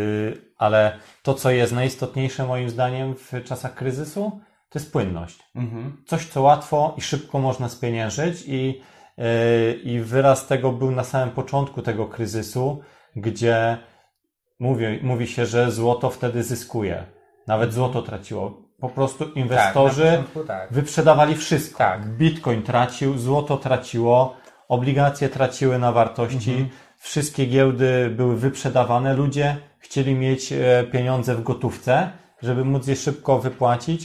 ale to, co jest najistotniejsze moim zdaniem w czasach kryzysu, to jest płynność. Mhm. Coś, co łatwo i szybko można spieniężyć i, yy, i wyraz tego był na samym początku tego kryzysu, gdzie mówi, mówi się, że złoto wtedy zyskuje. Nawet złoto traciło. Po prostu inwestorzy tak, początku, tak. wyprzedawali wszystko. Tak. Bitcoin tracił, złoto traciło, obligacje traciły na wartości, mhm. wszystkie giełdy były wyprzedawane. Ludzie chcieli mieć pieniądze w gotówce, żeby móc je szybko wypłacić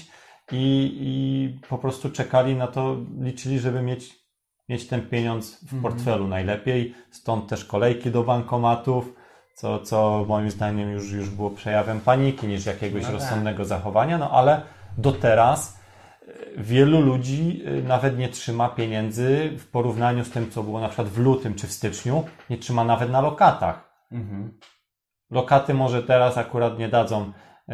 i, i po prostu czekali na to, liczyli, żeby mieć, mieć ten pieniądz w mhm. portfelu najlepiej. Stąd też kolejki do bankomatów. Co, co moim zdaniem już, już było przejawem paniki niż jakiegoś no rozsądnego tak. zachowania, no ale do teraz wielu ludzi nawet nie trzyma pieniędzy w porównaniu z tym, co było na przykład w lutym czy w styczniu, nie trzyma nawet na lokatach. Mhm. Lokaty może teraz akurat nie dadzą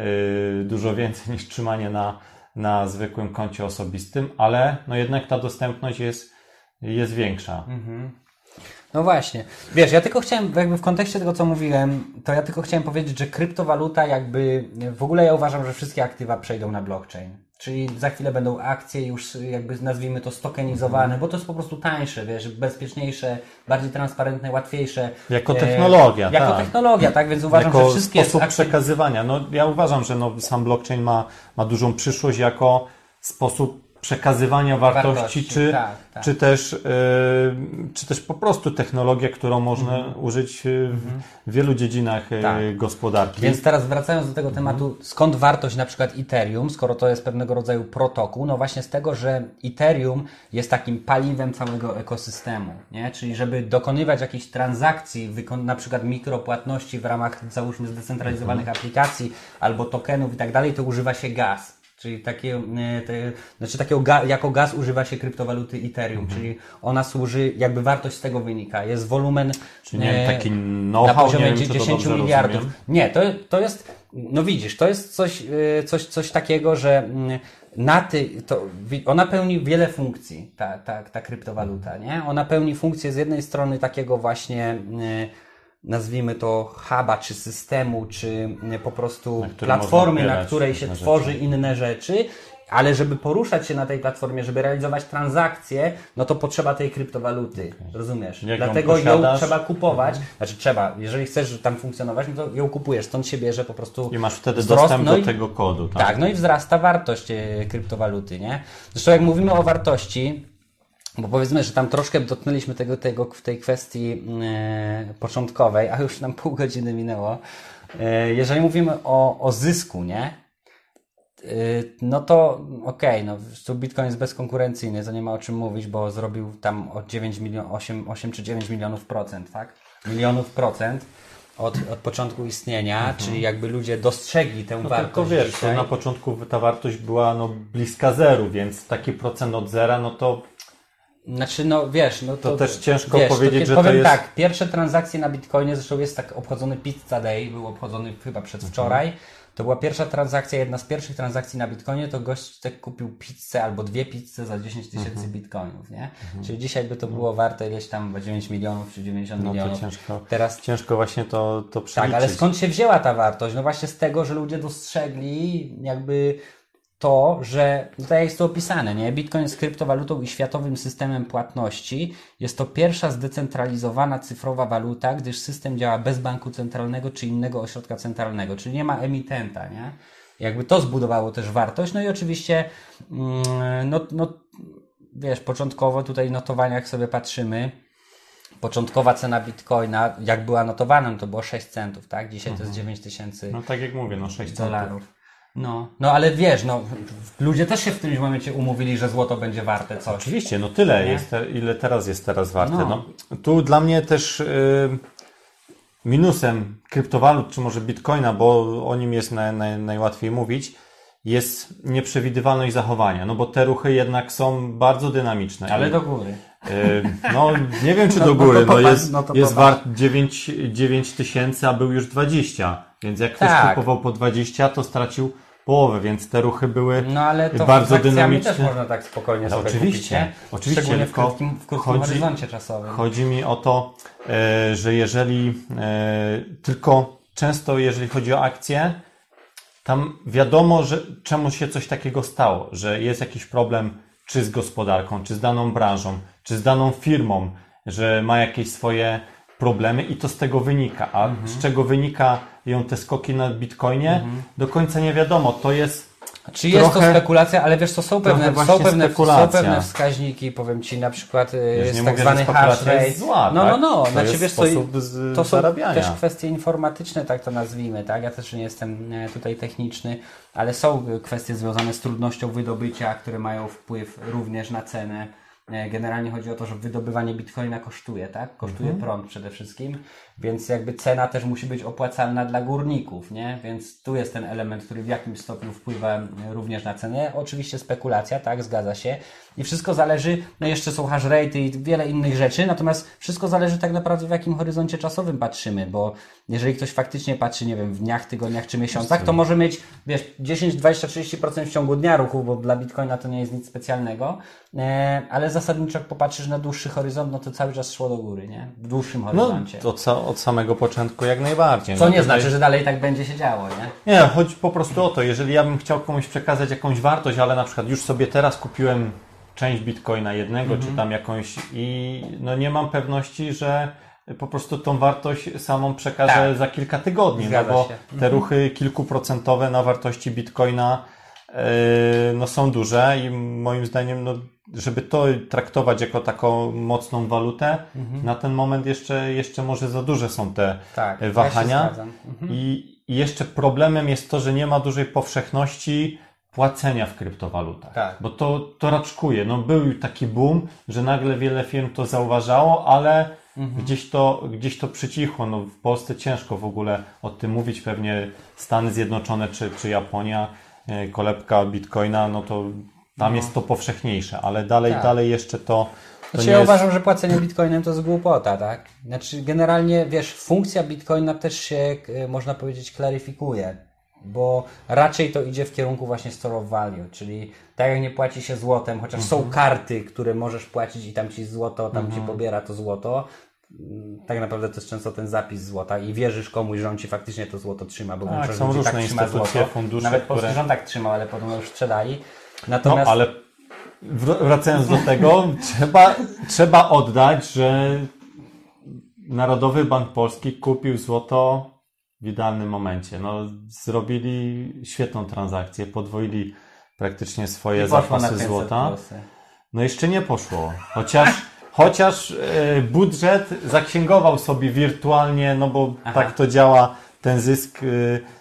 y, dużo więcej niż trzymanie na, na zwykłym koncie osobistym, ale no jednak ta dostępność jest, jest większa. Mhm. No właśnie. Wiesz, ja tylko chciałem, jakby w kontekście tego, co mówiłem, to ja tylko chciałem powiedzieć, że kryptowaluta jakby, w ogóle ja uważam, że wszystkie aktywa przejdą na blockchain. Czyli za chwilę będą akcje już jakby nazwijmy to stokenizowane, bo to jest po prostu tańsze, wiesz, bezpieczniejsze, bardziej transparentne, łatwiejsze. Jako technologia, e, Jako tak. technologia, tak? Więc uważam, jako że wszystkie sposób akcje... przekazywania. No ja uważam, że no, sam blockchain ma, ma dużą przyszłość jako sposób przekazywania wartości, wartości czy, tak, tak. Czy, też, yy, czy też po prostu technologia, którą można mm. użyć w mm. wielu dziedzinach tak. gospodarki. Więc teraz wracając do tego tematu, mm. skąd wartość na przykład Ethereum, skoro to jest pewnego rodzaju protokół, no właśnie z tego, że Ethereum jest takim paliwem całego ekosystemu, nie? Czyli żeby dokonywać jakichś transakcji, wykon- na przykład mikropłatności w ramach załóżmy zdecentralizowanych mm. aplikacji albo tokenów i tak dalej, to używa się gaz. Czyli takie, te, znaczy takiego ga, jako gaz używa się kryptowaluty Ethereum, mhm. czyli ona służy, jakby wartość z tego wynika. Jest wolumen czyli nie, taki know-how, na poziomie nie wiem, dziesięć miliardów. Rozumiem. Nie, to, to jest, no widzisz, to jest coś, coś, coś takiego, że na ty, to, ona pełni wiele funkcji, ta, ta, ta kryptowaluta, nie? Ona pełni funkcję z jednej strony takiego właśnie nazwijmy to huba, czy systemu, czy po prostu na platformy, na której się tworzy rzeczy. inne rzeczy, ale żeby poruszać się na tej platformie, żeby realizować transakcje, no to potrzeba tej kryptowaluty, okay. rozumiesz? Jak Dlatego ją, ją trzeba kupować, mhm. znaczy trzeba, jeżeli chcesz tam funkcjonować, no to ją kupujesz, stąd się bierze po prostu i masz wtedy wzrost, dostęp no do i, tego kodu. Tak? tak, no i wzrasta wartość kryptowaluty, nie? Zresztą jak mówimy o wartości, bo powiedzmy, że tam troszkę dotknęliśmy tego, tego w tej kwestii e, początkowej, a już nam pół godziny minęło. E, jeżeli mówimy o, o zysku, nie? E, no to okej, okay, no tu Bitcoin jest bezkonkurencyjny, to nie ma o czym mówić, bo zrobił tam o dziewięć milionów, osiem, osiem czy dziewięć milionów procent, tak? Milionów procent od, od początku istnienia, mhm. czyli jakby ludzie dostrzegli tę no wartość. Tylko wiesz, to na początku ta wartość była no, bliska zeru, więc taki procent od zera, no to Znaczy, no wiesz, no to, to też ciężko wiesz, powiedzieć, to, że powiem to jest... tak, pierwsze transakcje na Bitcoinie, zresztą jest tak obchodzony Pizza Day, był obchodzony chyba przedwczoraj, mhm. to była pierwsza transakcja, jedna z pierwszych transakcji na Bitcoinie, to gość tak kupił pizzę albo dwie pizze za dziesięć tysięcy mhm. bitcoinów, nie? Mhm. Czyli dzisiaj by to było warte ileś tam dziewięć milionów czy dziewięćdziesiąt no milionów. To ciężko, Teraz ciężko właśnie to, to przeliczyć. Tak, ale skąd się wzięła ta wartość? No właśnie z tego, że ludzie dostrzegli jakby to, że tutaj jest to opisane, nie? Bitcoin jest kryptowalutą i światowym systemem płatności. Jest to pierwsza zdecentralizowana cyfrowa waluta, gdyż system działa bez banku centralnego czy innego ośrodka centralnego, czyli nie ma emitenta, nie? Jakby to zbudowało też wartość. No i oczywiście, no, no wiesz, początkowo tutaj notowania, jak sobie patrzymy, początkowa cena Bitcoina, jak była notowana, no to było sześć centów, tak? Dzisiaj mhm. to jest dziewięć tysięcy no tak jak mówię, no sześć dolarów. Centów. No, no ale wiesz, no ludzie też się w którymś momencie umówili, że złoto będzie warte coś. Oczywiście, no tyle jest, ile teraz jest teraz warte. No. No, tu dla mnie też yy, minusem kryptowalut, czy może Bitcoina, bo o nim jest naj, naj, najłatwiej mówić, jest nieprzewidywalność zachowania, no bo te ruchy jednak są bardzo dynamiczne. Ale do góry. No, nie wiem, czy No, do no góry. to No, popatrz, jest, no to jest popatrz. wart dziewięć tysięcy, a był już dwadzieścia. Więc jak ktoś Tak. kupował po dwadzieścia, to stracił połowę, więc te ruchy były No ale to bardzo z akcjami dynamiczne. też można tak spokojnie No, sobie oczywiście, kupić, nie? oczywiście, Szczególnie w tylko krótkim, w krótkim chodzi- horyzoncie czasowym. Chodzi mi o to, e, że jeżeli e, tylko często jeżeli chodzi o akcje, tam wiadomo, że czemu się coś takiego stało, że jest jakiś problem czy z gospodarką, czy z daną branżą, czy z daną firmą, że ma jakieś swoje problemy i to z tego wynika. A Mhm. z czego wynikają te skoki na Bitcoinie, Mhm. do końca nie wiadomo. To jest Czy jest trochę- to spekulacja, ale wiesz co, są trochę pewne, są właśnie pewne, są spekulacja. pewne wskaźniki, powiem Ci na przykład y, Wiesz, jest nie tak mówię, zwany że hash spekulacja rate. jest zła, No, tak? no, no, To znaczy jest wiesz co, sposób z- to są zarabiania. też kwestie informatyczne, tak to nazwijmy, tak? Ja też nie jestem e, tutaj techniczny, ale są kwestie związane z trudnością wydobycia, które mają wpływ również na cenę. E, Generalnie chodzi o to, że wydobywanie bitcoina kosztuje, tak? Kosztuje Mhm. prąd przede wszystkim, więc jakby cena też musi być opłacalna dla górników, nie? Więc tu jest ten element, który w jakimś stopniu wpływa e, również na cenę. Oczywiście spekulacja, tak? Zgadza się. I wszystko zależy, no jeszcze są hash rate i wiele innych rzeczy, natomiast wszystko zależy tak naprawdę w jakim horyzoncie czasowym patrzymy, bo jeżeli ktoś faktycznie patrzy, nie wiem, w dniach, tygodniach czy miesiącach, to może mieć, wiesz, dziesięć, dwadzieścia, trzydzieści procent w ciągu dnia ruchu, bo dla Bitcoina to nie jest nic specjalnego, e, ale zasadniczo jak popatrzysz na dłuższy horyzont, no to cały czas szło do góry, nie? W dłuższym no, horyzoncie. od, sa- od samego początku jak najbardziej. Co No nie tutaj- znaczy, że dalej tak będzie się działo, nie? Nie, chodzi po prostu o to, jeżeli ja bym chciał komuś przekazać jakąś wartość, ale na przykład już sobie teraz kupiłem część Bitcoina jednego, Mhm. czy tam jakąś i no nie mam pewności, że po prostu tą wartość samą przekażę Tak. za kilka tygodni, Zgadza no bo się. te ruchy kilkuprocentowe na wartości Bitcoina yy, no są duże i moim zdaniem no, żeby to traktować jako taką mocną walutę, Mhm. na ten moment jeszcze, jeszcze może za duże są te Tak, ja się wahania. zgadzam. Mhm. I i jeszcze problemem jest to, że nie ma dużej powszechności płacenia w kryptowalutach. Tak. Bo to, to raczkuje. No, był taki boom, że nagle wiele firm to zauważało, ale Mhm. gdzieś, to, gdzieś to przycichło. No, w Polsce ciężko w ogóle o tym mówić. Pewnie Stany Zjednoczone czy, czy Japonia, e, kolebka Bitcoina, no to tam No. jest to powszechniejsze, ale dalej, Tak. dalej jeszcze to, to Znaczy nie ja jest... uważam, że płacenie bitcoinem to jest głupota, tak? Znaczy generalnie, wiesz, funkcja bitcoina też się, e, można powiedzieć, klaryfikuje, bo raczej to idzie w kierunku właśnie store of value, czyli tak jak nie płaci się złotem, chociaż Mhm. są karty, które możesz płacić i tam ci złoto, tam ci pobiera to złoto, mm, tak naprawdę to jest często ten zapis złota i wierzysz komuś, że on ci faktycznie to złoto trzyma, bo Tak, większość są ludzi różne tak trzyma instytucje, złoto. fundusze, Nawet polski które- rząd tak trzymał, ale potem już sprzedali. No, Natomiast ale wr- wracając do tego, trzeba, trzeba oddać, że Narodowy Bank Polski kupił złoto w idealnym momencie. No, zrobili świetną transakcję, podwoili praktycznie swoje i poszło na zapasy pięćset złota. plusy. No jeszcze nie poszło. Chociaż, chociaż e, budżet zaksięgował sobie wirtualnie, no bo Aha. tak to działa, ten zysk e,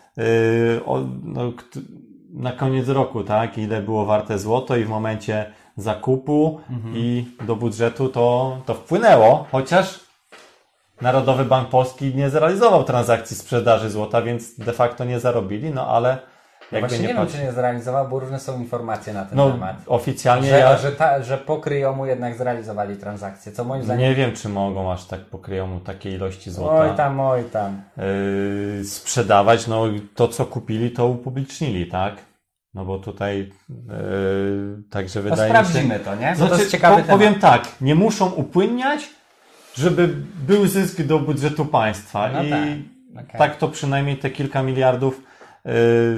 e, o, no, kt- na koniec roku, tak? Ile było warte złoto i w momencie zakupu Mhm. i do budżetu to, to wpłynęło, chociaż Narodowy Bank Polski nie zrealizował transakcji sprzedaży złota, więc de facto nie zarobili, no ale jakby Właśnie nie nie wiem, patrzeć. czy nie zrealizował, bo różne są informacje na ten No temat. oficjalnie Że, ja że, ta, że po kryjomu jednak zrealizowali transakcję, co moim zdaniem... nie wiem, czy mogą aż tak pokryją mu takiej ilości złota Oj tam, oj tam. yy, sprzedawać. No to, co kupili, to upublicznili, tak? No bo tutaj yy, także No wydaje mi się... sprawdzimy to, nie? Bo Znaczy, to jest ciekawy po, temat. powiem tak, nie muszą upłynniać, żeby był zysk do budżetu państwa. No I tak, okej. tak to przynajmniej te kilka miliardów yy,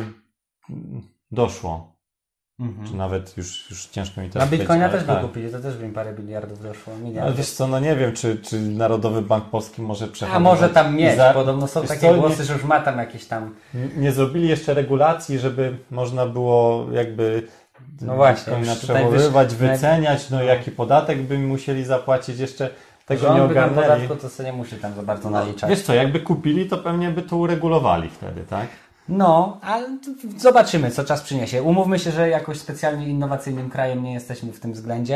doszło. Mhm. Czy nawet już, już ciężko mi Na teraz Bitcoina powiedzieć, też ale by tak. kupili, to też by im parę miliardów doszło. Ale Miliardów. wiesz co, no nie wiem, czy, czy Narodowy Bank Polski może A przechowywać. może tam mieć, Za- podobno są wiesz takie co, głosy, że już ma tam jakieś tam... Nie, nie zrobili jeszcze regulacji, żeby można było jakby No właśnie, Bitcoina już tutaj przechowywać, wyś- wyceniać, no jaki podatek by musieli zapłacić, jeszcze tego Że nie on by tam ogarnęli. podatku to sobie nie musi tam za bardzo naliczać. Wiesz co, jakby kupili, to pewnie by to uregulowali wtedy, tak? No, ale to zobaczymy, co czas przyniesie. Umówmy się, że jakoś specjalnie innowacyjnym krajem nie jesteśmy w tym względzie.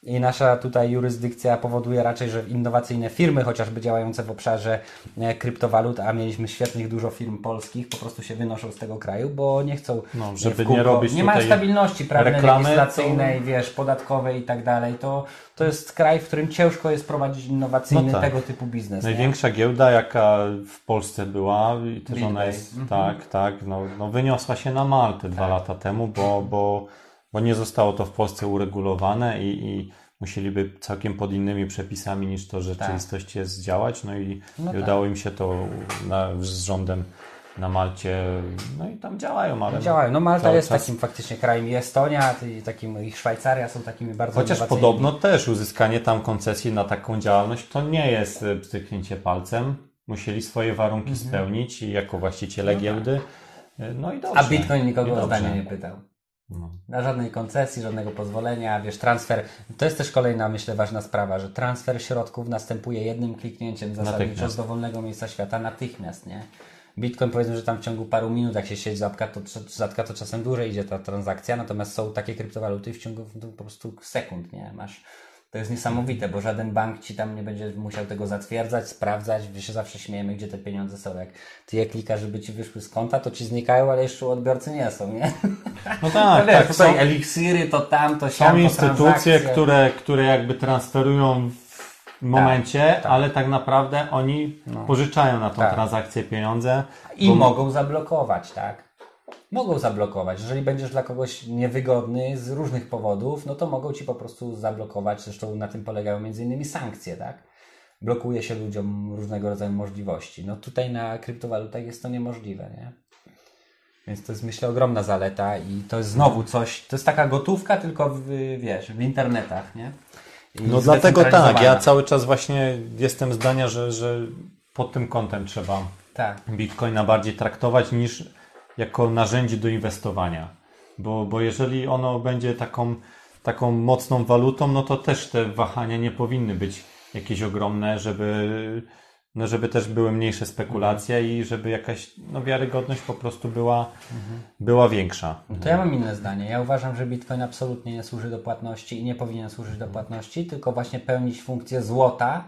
i nasza tutaj jurysdykcja powoduje raczej, że innowacyjne firmy, chociażby działające w obszarze kryptowalut, a mieliśmy świetnych dużo firm polskich, po prostu się wynoszą z tego kraju, bo nie chcą no, żeby w kółko, nie robić nie mają stabilności prawnej, reklamy, legislacyjnej, to... wiesz, podatkowej i tak dalej. To, to jest kraj, w którym ciężko jest prowadzić innowacyjny no tak. tego typu biznes. Największa nie? giełda, jaka w Polsce była i też Bitway. ona jest, Mhm. tak, tak, no, no wyniosła się na Maltę dwa tak. lata temu, bo, bo, bo nie zostało to w Polsce uregulowane i, i musieliby całkiem pod innymi przepisami niż to w rzeczywistości tak. jest działać, no i, no i tak. udało im się to na, z rządem na Malcie, no i tam działają, ale... Działają, no Malta jest czas... takim faktycznie krajem i Estonia, i takim, i Szwajcaria są takimi bardzo Chociaż podobno też uzyskanie tam koncesji na taką działalność to nie jest pstryknięcie palcem, musieli swoje warunki mhm. spełnić i jako właściciele no giełdy, no i dobrze. A Bitcoin nikogo o zdanie nie pytał. No. Na żadnej koncesji, żadnego pozwolenia, wiesz, transfer, to jest też kolejna, myślę, ważna sprawa, że transfer środków następuje jednym kliknięciem zasadniczo z dowolnego miejsca świata natychmiast, nie? Bitcoin, powiedzmy, że tam w ciągu paru minut, jak się sieć zatka, to, zatka, to czasem dłużej idzie ta transakcja, natomiast są takie kryptowaluty w ciągu no, po prostu sekund, nie? Masz, to jest niesamowite, bo żaden bank ci tam nie będzie musiał tego zatwierdzać, sprawdzać, my się zawsze śmiejemy, gdzie te pieniądze są, jak ty je klikasz, żeby ci wyszły z konta, to ci znikają, ale jeszcze u odbiorcy nie są, nie? No tak, wiesz, tak. Tutaj są, eliksiry, to tam, to siam, są instytucje, które, które jakby transferują w momencie, tak, tak. ale tak naprawdę oni no. pożyczają na tą tak. transakcję pieniądze. I bo... mogą zablokować, tak? Mogą zablokować. Jeżeli będziesz dla kogoś niewygodny z różnych powodów, no to mogą ci po prostu zablokować. Zresztą na tym polegają między innymi sankcje, tak? Blokuje się ludziom różnego rodzaju możliwości. No tutaj na kryptowalutach jest to niemożliwe, nie? Więc to jest, myślę, ogromna zaleta i to jest znowu coś, to jest taka gotówka, tylko w, wiesz, w internetach, nie? I no dlatego tak, ja cały czas właśnie jestem zdania, że, że pod tym kątem trzeba tak. Bitcoina bardziej traktować niż jako narzędzie do inwestowania. Bo, bo jeżeli ono będzie taką, taką mocną walutą, no to też te wahania nie powinny być jakieś ogromne, żeby, no żeby też były mniejsze spekulacje mhm. i żeby jakaś no, wiarygodność po prostu była, mhm. była większa. No to ja mam inne zdanie. Ja uważam, że Bitcoin absolutnie nie służy do płatności i nie powinien służyć do płatności, tylko właśnie pełnić funkcję złota,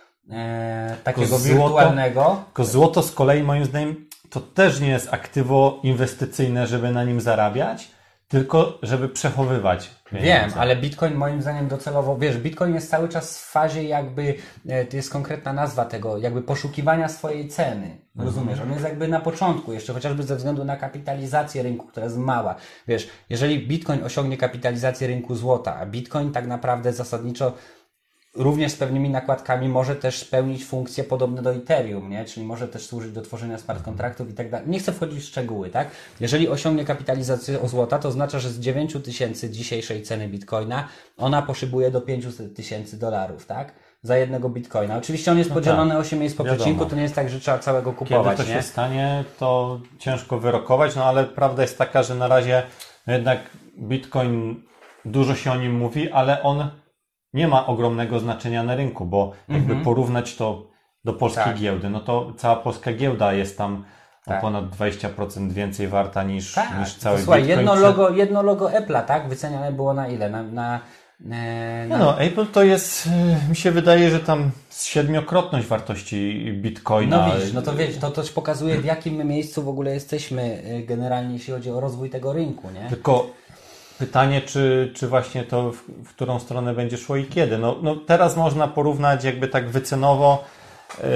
e, takiego złoto, wirtualnego. Tylko złoto z kolei moim zdaniem to też nie jest aktywo inwestycyjne, żeby na nim zarabiać, tylko żeby przechowywać pieniądze. Wiem, ale Bitcoin moim zdaniem docelowo, wiesz, Bitcoin jest cały czas w fazie jakby, to jest konkretna nazwa tego, jakby poszukiwania swojej ceny. Rozumiesz? On jest jakby na początku jeszcze, chociażby ze względu na kapitalizację rynku, która jest mała. Wiesz, jeżeli Bitcoin osiągnie kapitalizację rynku złota, a Bitcoin tak naprawdę zasadniczo również z pewnymi nakładkami może też spełnić funkcje podobne do Ethereum, nie? Czyli może też służyć do tworzenia smart kontraktów i tak dalej. Nie chcę wchodzić w szczegóły, tak? Jeżeli osiągnie kapitalizację o złota, to oznacza, że z dziewięć tysięcy dzisiejszej ceny Bitcoina ona poszybuje do pięćset tysięcy dolarów, tak? Za jednego Bitcoina. Oczywiście on jest podzielony no tak, osiem miejsc po przecinku, to nie jest tak, że trzeba całego kupować. Kiedy to nie? się stanie, to ciężko wyrokować, no ale prawda jest taka, że na razie no jednak Bitcoin, dużo się o nim mówi, ale on nie ma ogromnego znaczenia na rynku, bo jakby mm-hmm. porównać to do polskiej tak. giełdy, no to cała polska giełda jest tam tak. o ponad dwadzieścia procent więcej warta niż, tak. niż cały Słuchaj, Bitcoin. Jedno logo, jedno logo Apple'a, tak? Wyceniane było na ile? Na, na, na... No, no, Apple to jest, mi się wydaje, że tam siedmiokrotność wartości Bitcoina. No widzisz, no to wiesz, to też pokazuje, w jakim my miejscu w ogóle jesteśmy generalnie, jeśli chodzi o rozwój tego rynku, nie? Tylko pytanie, czy, czy właśnie to w, w którą stronę będzie szło i kiedy. No, no teraz można porównać jakby tak wycenowo yy,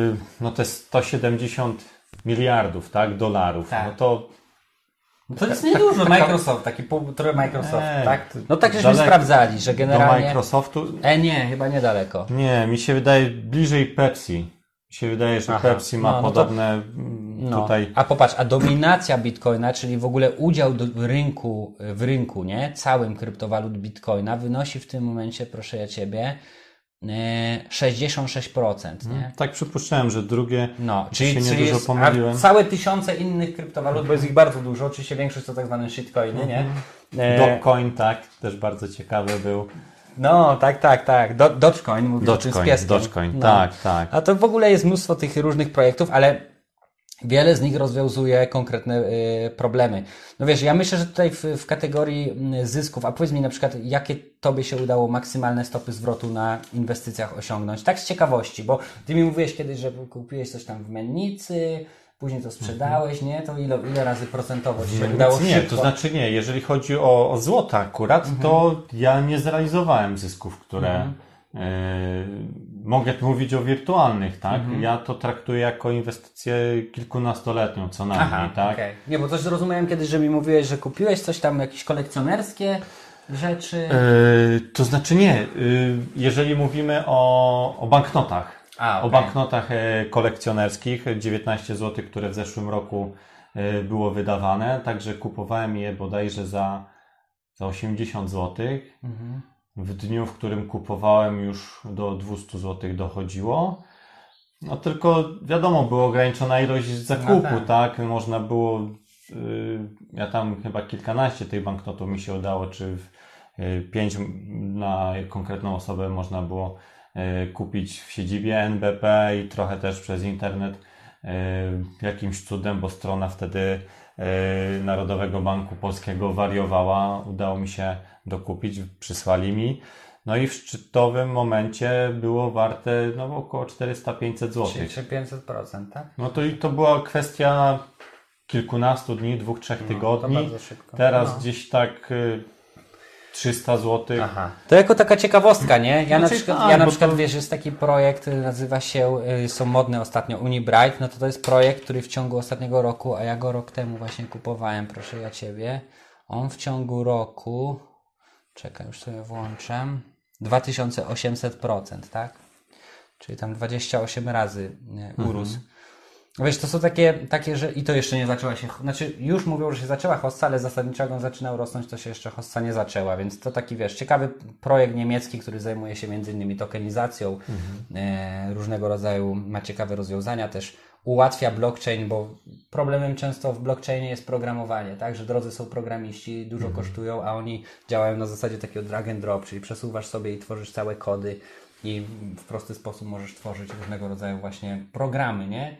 no te sto siedemdziesiąt miliardów, tak, dolarów. Tak. No to no to jest niedużo. Tak, Microsoft, taki półtorej Microsoft, nie, tak? No tak żeśmy sprawdzali, że generalnie... Do Microsoftu? E, nie, chyba niedaleko. Nie, mi się wydaje bliżej Pepsi. Mi się wydaje, że Aha, Pepsi ma no, no podobne to, tutaj... No. A popatrz, a dominacja Bitcoina, czyli w ogóle udział do, w rynku, w rynku, nie? Całym kryptowalut Bitcoina wynosi w tym momencie, proszę ja Ciebie, sześćdziesiąt sześć procent, nie? Hmm, tak przypuszczałem, że drugie no, czyli, się czyli nie dużo jest, pomyliłem. A całe tysiące innych kryptowalut, bo jest ich bardzo dużo, oczywiście większość to tak zwane shitcoiny, nie? E... Dogecoin, tak, też bardzo ciekawy był. No, tak, tak, tak. Do, Dogecoin, mówisz Dogecoin, o tym z pieskiem. Dogecoin, no. tak, tak. A to w ogóle jest mnóstwo tych różnych projektów, ale Wiele z nich rozwiązuje konkretne y, problemy. No wiesz, ja myślę, że tutaj w, w kategorii zysków, a powiedz mi na przykład, jakie Tobie się udało maksymalne stopy zwrotu na inwestycjach osiągnąć? Tak z ciekawości, bo Ty mi mówiłeś kiedyś, że kupiłeś coś tam w mennicy, później to sprzedałeś, nie? To ile, ile razy procentowo Ci się udało Nie, szybko? to znaczy nie. Jeżeli chodzi o, o złoto akurat, mhm. to ja nie zrealizowałem zysków, które... Mhm. Yy, mogę mówić o wirtualnych, tak? Mhm. Ja to traktuję jako inwestycję kilkunastoletnią co najmniej, Aha, tak? Okay. Nie, bo coś zrozumiałem kiedyś, że mi mówiłeś, że kupiłeś coś tam, jakieś kolekcjonerskie rzeczy. Yy, to znaczy nie. Yy, jeżeli mówimy o, o banknotach, A, okay. o banknotach kolekcjonerskich, dziewiętnaście złotych, które w zeszłym roku było wydawane, także kupowałem je bodajże za, za osiemdziesiąt złotych. Mhm. W dniu, w którym kupowałem, już do dwieście złotych dochodziło. No tylko wiadomo, była ograniczona ilość zakupu, no tak. tak? Można było, yy, ja tam chyba kilkanaście tych banknotów mi się udało, czy yy, pięć na konkretną osobę można było yy, kupić w siedzibie N B P i trochę też przez internet yy, jakimś cudem, bo strona wtedy yy, Narodowego Banku Polskiego wariowała. Udało mi się dokupić, przysłali mi. No i w szczytowym momencie było warte no, około czterysta pięćset złotych. Czyli pięćset procent, tak? No to i to była kwestia kilkunastu dni, dwóch, trzech tygodni. No, to bardzo szybko. Teraz no. gdzieś tak y, trzysta złotych. Aha. To jako taka ciekawostka, nie? Ja znaczy, na przykład, tak, ja na przykład to... wiesz, jest taki projekt, nazywa się, y, są modne ostatnio, Unibright. No to to jest projekt, który w ciągu ostatniego roku, a ja go rok temu właśnie kupowałem, proszę ja Ciebie. On w ciągu roku... Czekaj, już sobie włączę. dwa tysiące osiemset procent, tak? Czyli tam dwadzieścia osiem razy urósł. Mhm. Wiesz, to są takie, takie, że i to jeszcze nie zaczęła się, znaczy już mówią, że się zaczęła hossa, ale zasadniczo jak on zaczynał rosnąć, to się jeszcze hossa nie zaczęła, więc to taki, wiesz, ciekawy projekt niemiecki, który zajmuje się między innymi tokenizacją, mhm. e, różnego rodzaju, ma ciekawe rozwiązania, też ułatwia blockchain, bo problemem często w blockchainie jest programowanie, tak, że drodzy są programiści, dużo mhm. kosztują, a oni działają na zasadzie takiego drag and drop, czyli przesuwasz sobie i tworzysz całe kody i w prosty sposób możesz tworzyć różnego rodzaju właśnie programy, nie?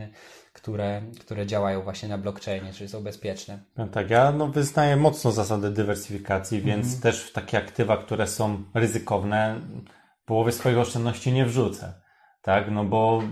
Które, które działają właśnie na blockchainie, czyli są bezpieczne. No tak, ja no, wyznaję mocno zasadę dywersyfikacji, więc mhm. też w takie aktywa, które są ryzykowne, połowy swoich oszczędności nie wrzucę, tak, no bo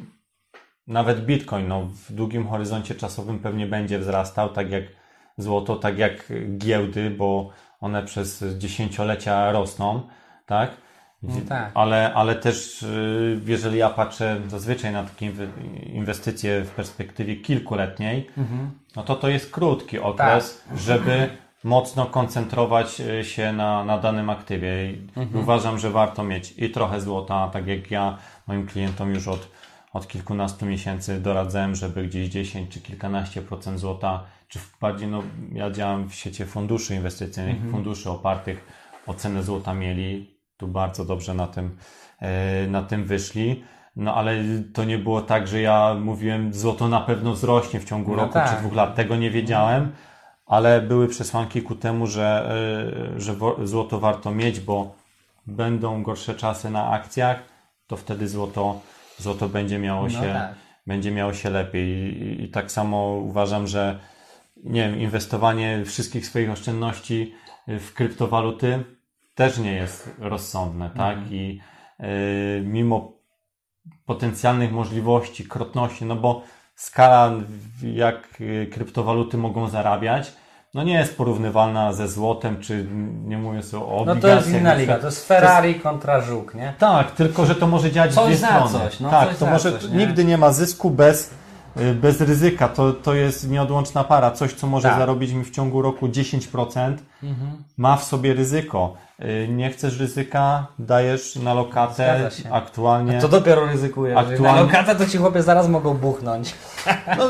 nawet Bitcoin, no w długim horyzoncie czasowym pewnie będzie wzrastał, tak jak złoto, tak jak giełdy, bo one przez dziesięciolecia rosną, tak? No tak. Ale, ale też jeżeli ja patrzę zazwyczaj na takie inwestycje w perspektywie kilkuletniej, mhm. no to to jest krótki okres, tak. żeby mocno koncentrować się na, na danym aktywie. I mhm. uważam, że warto mieć i trochę złota, tak jak ja moim klientom już od, od kilkunastu miesięcy doradzałem, żeby gdzieś dziesięć czy kilkanaście procent złota, czy bardziej, no ja działam w sieci funduszy inwestycyjnych, mhm. funduszy opartych o cenę złota mieli. Tu bardzo dobrze na tym, na tym wyszli. No ale to nie było tak, że ja mówiłem, złoto na pewno wzrośnie w ciągu no roku tak. czy dwóch lat. Tego nie wiedziałem, ale były przesłanki ku temu, że, że złoto warto mieć, bo będą gorsze czasy na akcjach, to wtedy złoto, złoto będzie miało się, no tak. będzie miało się lepiej. I, I tak samo uważam, że nie wiem, inwestowanie wszystkich swoich oszczędności w kryptowaluty też nie jest rozsądne, tak? Mhm. I y, mimo potencjalnych możliwości, krotności, no bo skala, jak kryptowaluty mogą zarabiać, no nie jest porównywalna ze złotem, czy nie mówiąc o obligacjach. No to jest inna liga, to jest Ferrari to jest... kontra żuk, nie? Tak, tylko że to może działać coś w dwie za strony. Coś, no tak, coś to za może coś, nie? Nigdy nie ma zysku bez, bez ryzyka. To, to jest nieodłączna para. Coś, co może tak. zarobić mi w ciągu roku dziesięć procent, mhm. ma w sobie ryzyko. Nie chcesz ryzyka, dajesz na lokatę aktualnie. A to dopiero ryzykujesz. Aktualnie... Na lokatę to ci chłopie zaraz mogą buchnąć. No,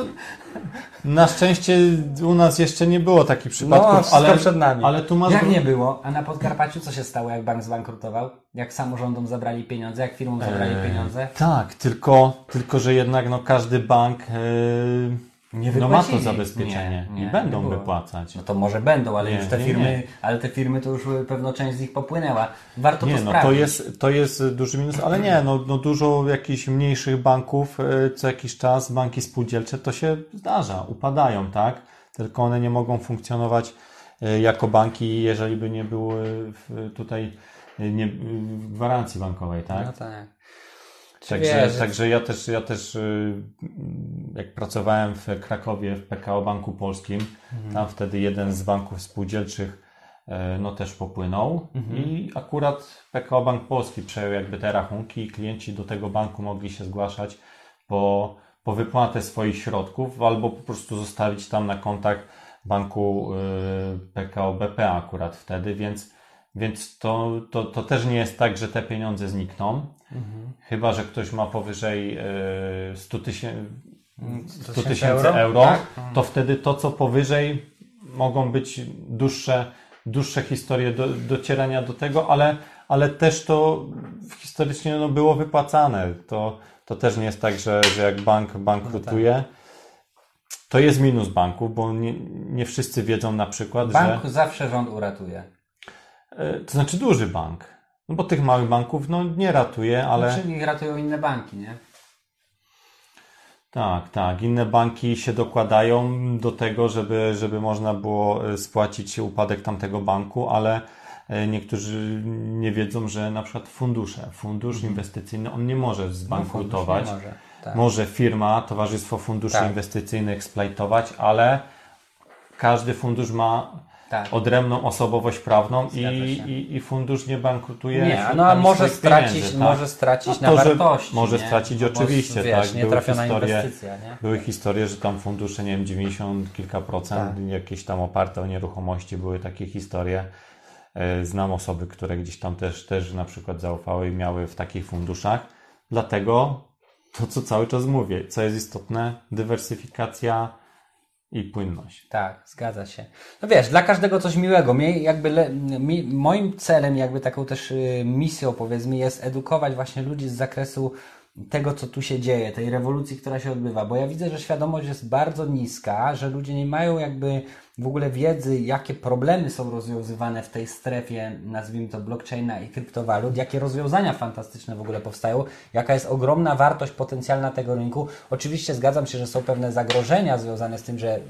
na szczęście u nas jeszcze nie było takich przypadków, no, ale przed nami. Ale tu masz... Jak nie było? A na Podkarpaciu co się stało, jak bank zbankrutował? Jak samorządom zabrali pieniądze, jak firmom zabrali eee, pieniądze? Tak, tylko, tylko że jednak no, każdy bank yy, Nie No ma to wypłacili. zabezpieczenie Nie, nie, i będą nie było. wypłacać. No to może będą, ale Nie, już te nie, firmy, nie. ale te firmy to już pewno część z nich popłynęła. Warto Nie, to no sprawdzić. to jest, to jest duży minus, ale nie, no, no dużo jakichś mniejszych banków y, co jakiś czas, banki spółdzielcze, to się zdarza, upadają, tak? Tylko one nie mogą funkcjonować y, jako banki, jeżeli by nie było y, tutaj y, nie, y, gwarancji bankowej, tak? No tak. Czy Także, wiesz, także ja też, ja też y, jak pracowałem w Krakowie w P K O Banku Polskim, Mhm. tam wtedy jeden z banków spółdzielczych y, no też popłynął i akurat P K O Bank Polski przejął jakby te rachunki i klienci do tego banku mogli się zgłaszać po, po wypłatę swoich środków albo po prostu zostawić tam na kontach banku y, P K O B P akurat wtedy, więc Więc to, to, to też nie jest tak, że te pieniądze znikną. Mhm. Chyba że ktoś ma powyżej e, sto sto tysięcy euro, euro tak? to wtedy to, co powyżej, mogą być dłuższe, dłuższe historie do, docierania do tego, ale, ale też to historycznie no, było wypłacane. To, to też nie jest tak, że, że jak bank bankrutuje, to jest minus banków, bo nie, nie wszyscy wiedzą na przykład, Bank że... zawsze rząd uratuje. To znaczy duży bank. No bo tych małych banków no, nie ratuje, ale... Znaczy ich ratują inne banki, nie? Tak, tak. Inne banki się dokładają do tego, żeby, żeby można było spłacić upadek tamtego banku, ale niektórzy nie wiedzą, że na przykład fundusze, fundusz mhm. inwestycyjny, on nie może zbankrutować. No, może, tak. może firma, Towarzystwo Funduszy tak. Inwestycyjnych eksplajtować, ale każdy fundusz ma tak. odrębną osobowość prawną i, i, i fundusz nie bankrutuje. Nie, no a może stracić, tak? może stracić no na wartości. Może nie? stracić no, oczywiście, wiesz, tak. Nie były trafiona historie, inwestycja, nie? Były historie, że tam fundusze, nie wiem, dziewięćdziesiąt kilka procent, tak. jakieś tam oparte o nieruchomości, były takie historie. Znam osoby, które gdzieś tam też, też na przykład zaufały i miały w takich funduszach. Dlatego to, co cały czas mówię, co jest istotne, dywersyfikacja i płynność. Tak, zgadza się. No wiesz, dla każdego coś miłego. Mnie jakby le, mi, moim celem, jakby taką też y, misją, powiedzmy, jest edukować właśnie ludzi z zakresu tego, co tu się dzieje, tej rewolucji, która się odbywa, bo ja widzę, że świadomość jest bardzo niska, że ludzie nie mają jakby w ogóle wiedzy, jakie problemy są rozwiązywane w tej strefie, nazwijmy to blockchaina i kryptowalut, jakie rozwiązania fantastyczne w ogóle powstają, jaka jest ogromna wartość potencjalna tego rynku. Oczywiście zgadzam się, że są pewne zagrożenia związane z tym, że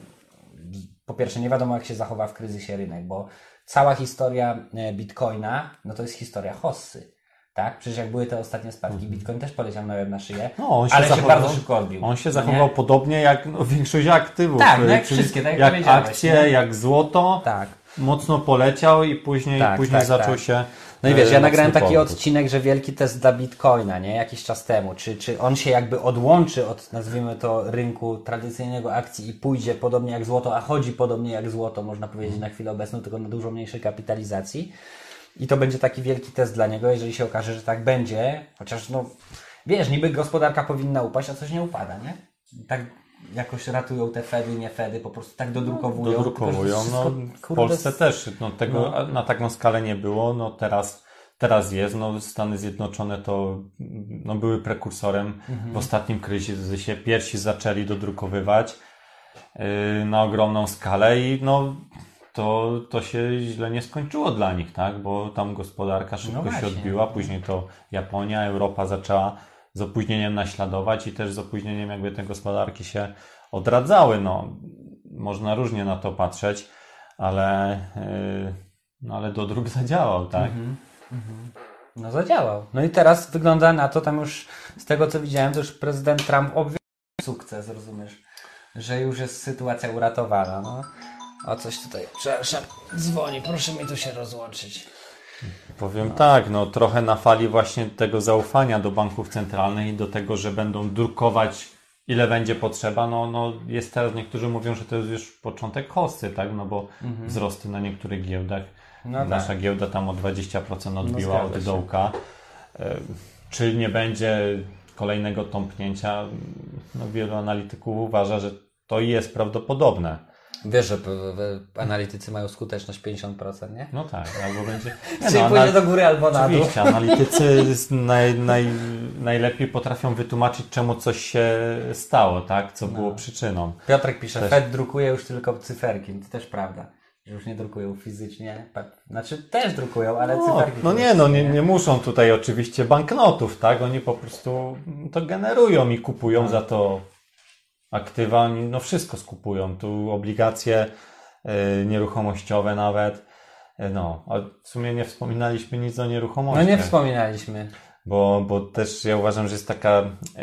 po pierwsze nie wiadomo, jak się zachowa w kryzysie rynek, bo cała historia Bitcoina, no to jest historia hossy. Tak? Przecież jak były te ostatnie spadki, Bitcoin też poleciał na łeb na szyję, no, on się ale zachował, się bardzo szybko odbił. On się zachował nie? podobnie jak no, większość aktywów. Tak, no jak wszystkie, tak jak, jak akcje, nie? jak złoto, tak. mocno poleciał i później, tak, później tak, zaczął tak. się... No i wiesz, ja nagrałem taki powrót. odcinek, że wielki test dla Bitcoina, nie? Jakiś czas temu. Czy, czy on się jakby odłączy od, nazwijmy to, rynku tradycyjnego akcji i pójdzie podobnie jak złoto, a chodzi podobnie jak złoto, można powiedzieć na chwilę obecną, tylko na dużo mniejszej kapitalizacji. I to będzie taki wielki test dla niego, jeżeli się okaże, że tak będzie. Chociaż, no, wiesz, niby gospodarka powinna upaść, a coś nie upada, nie? Tak jakoś ratują te Fedy, nie Fedy, po prostu tak dodrukowują. Dodrukowują, wszystko, no w kurde, Polsce też, no tego no. na taką skalę nie było, no teraz, teraz jest, no Stany Zjednoczone to no, były prekursorem mhm. w ostatnim kryzysie, pierwsi zaczęli dodrukowywać yy, na ogromną skalę i no to, to się źle nie skończyło dla nich, tak, bo tam gospodarka szybko no się odbiła, później to Japonia, Europa zaczęła z opóźnieniem naśladować i też z opóźnieniem jakby te gospodarki się odradzały. No, można różnie na to patrzeć, ale, yy, no, ale dodruk zadziałał, tak? Mm-hmm, mm-hmm. No zadziałał. No i teraz wygląda na to, tam już z tego co widziałem, to już prezydent Trump objął sukces, rozumiesz, że już jest sytuacja uratowana. No. O coś tutaj, przepraszam, dzwoni, proszę mi tu się rozłączyć. Powiem no. tak, no trochę na fali właśnie tego zaufania do banków centralnych i do tego, że będą drukować ile będzie potrzeba, no, no jest teraz, niektórzy mówią, że to jest już początek hossy, tak, no bo mhm. wzrosty na niektórych giełdach, no nasza tak. giełda tam o dwadzieścia procent odbiła no, od dołka. Czy nie będzie kolejnego tąpnięcia? No wielu analityków uważa, że to jest prawdopodobne. Wiesz, że p- p- analitycy mają skuteczność pięćdziesiąt procent, nie? No tak, albo będzie... Czyli no, pójdzie anal- do góry albo na dół. Oczywiście, analitycy naj, naj, najlepiej potrafią wytłumaczyć, czemu coś się stało, tak? Co było przyczyną. Piotrek pisze, Też. Fed drukuje już tylko cyferki. To też prawda. Że już nie drukują fizycznie. Pa- Znaczy też drukują, ale No, cyferki. no nie, no nie, nie muszą tutaj oczywiście banknotów, tak? Oni po prostu to generują i kupują za to aktywa, oni no wszystko skupują. Tu obligacje y, nieruchomościowe nawet. Y, no, a w sumie nie wspominaliśmy nic o No nieruchomościach. nie wspominaliśmy. Bo, bo też ja uważam, że jest taka, e,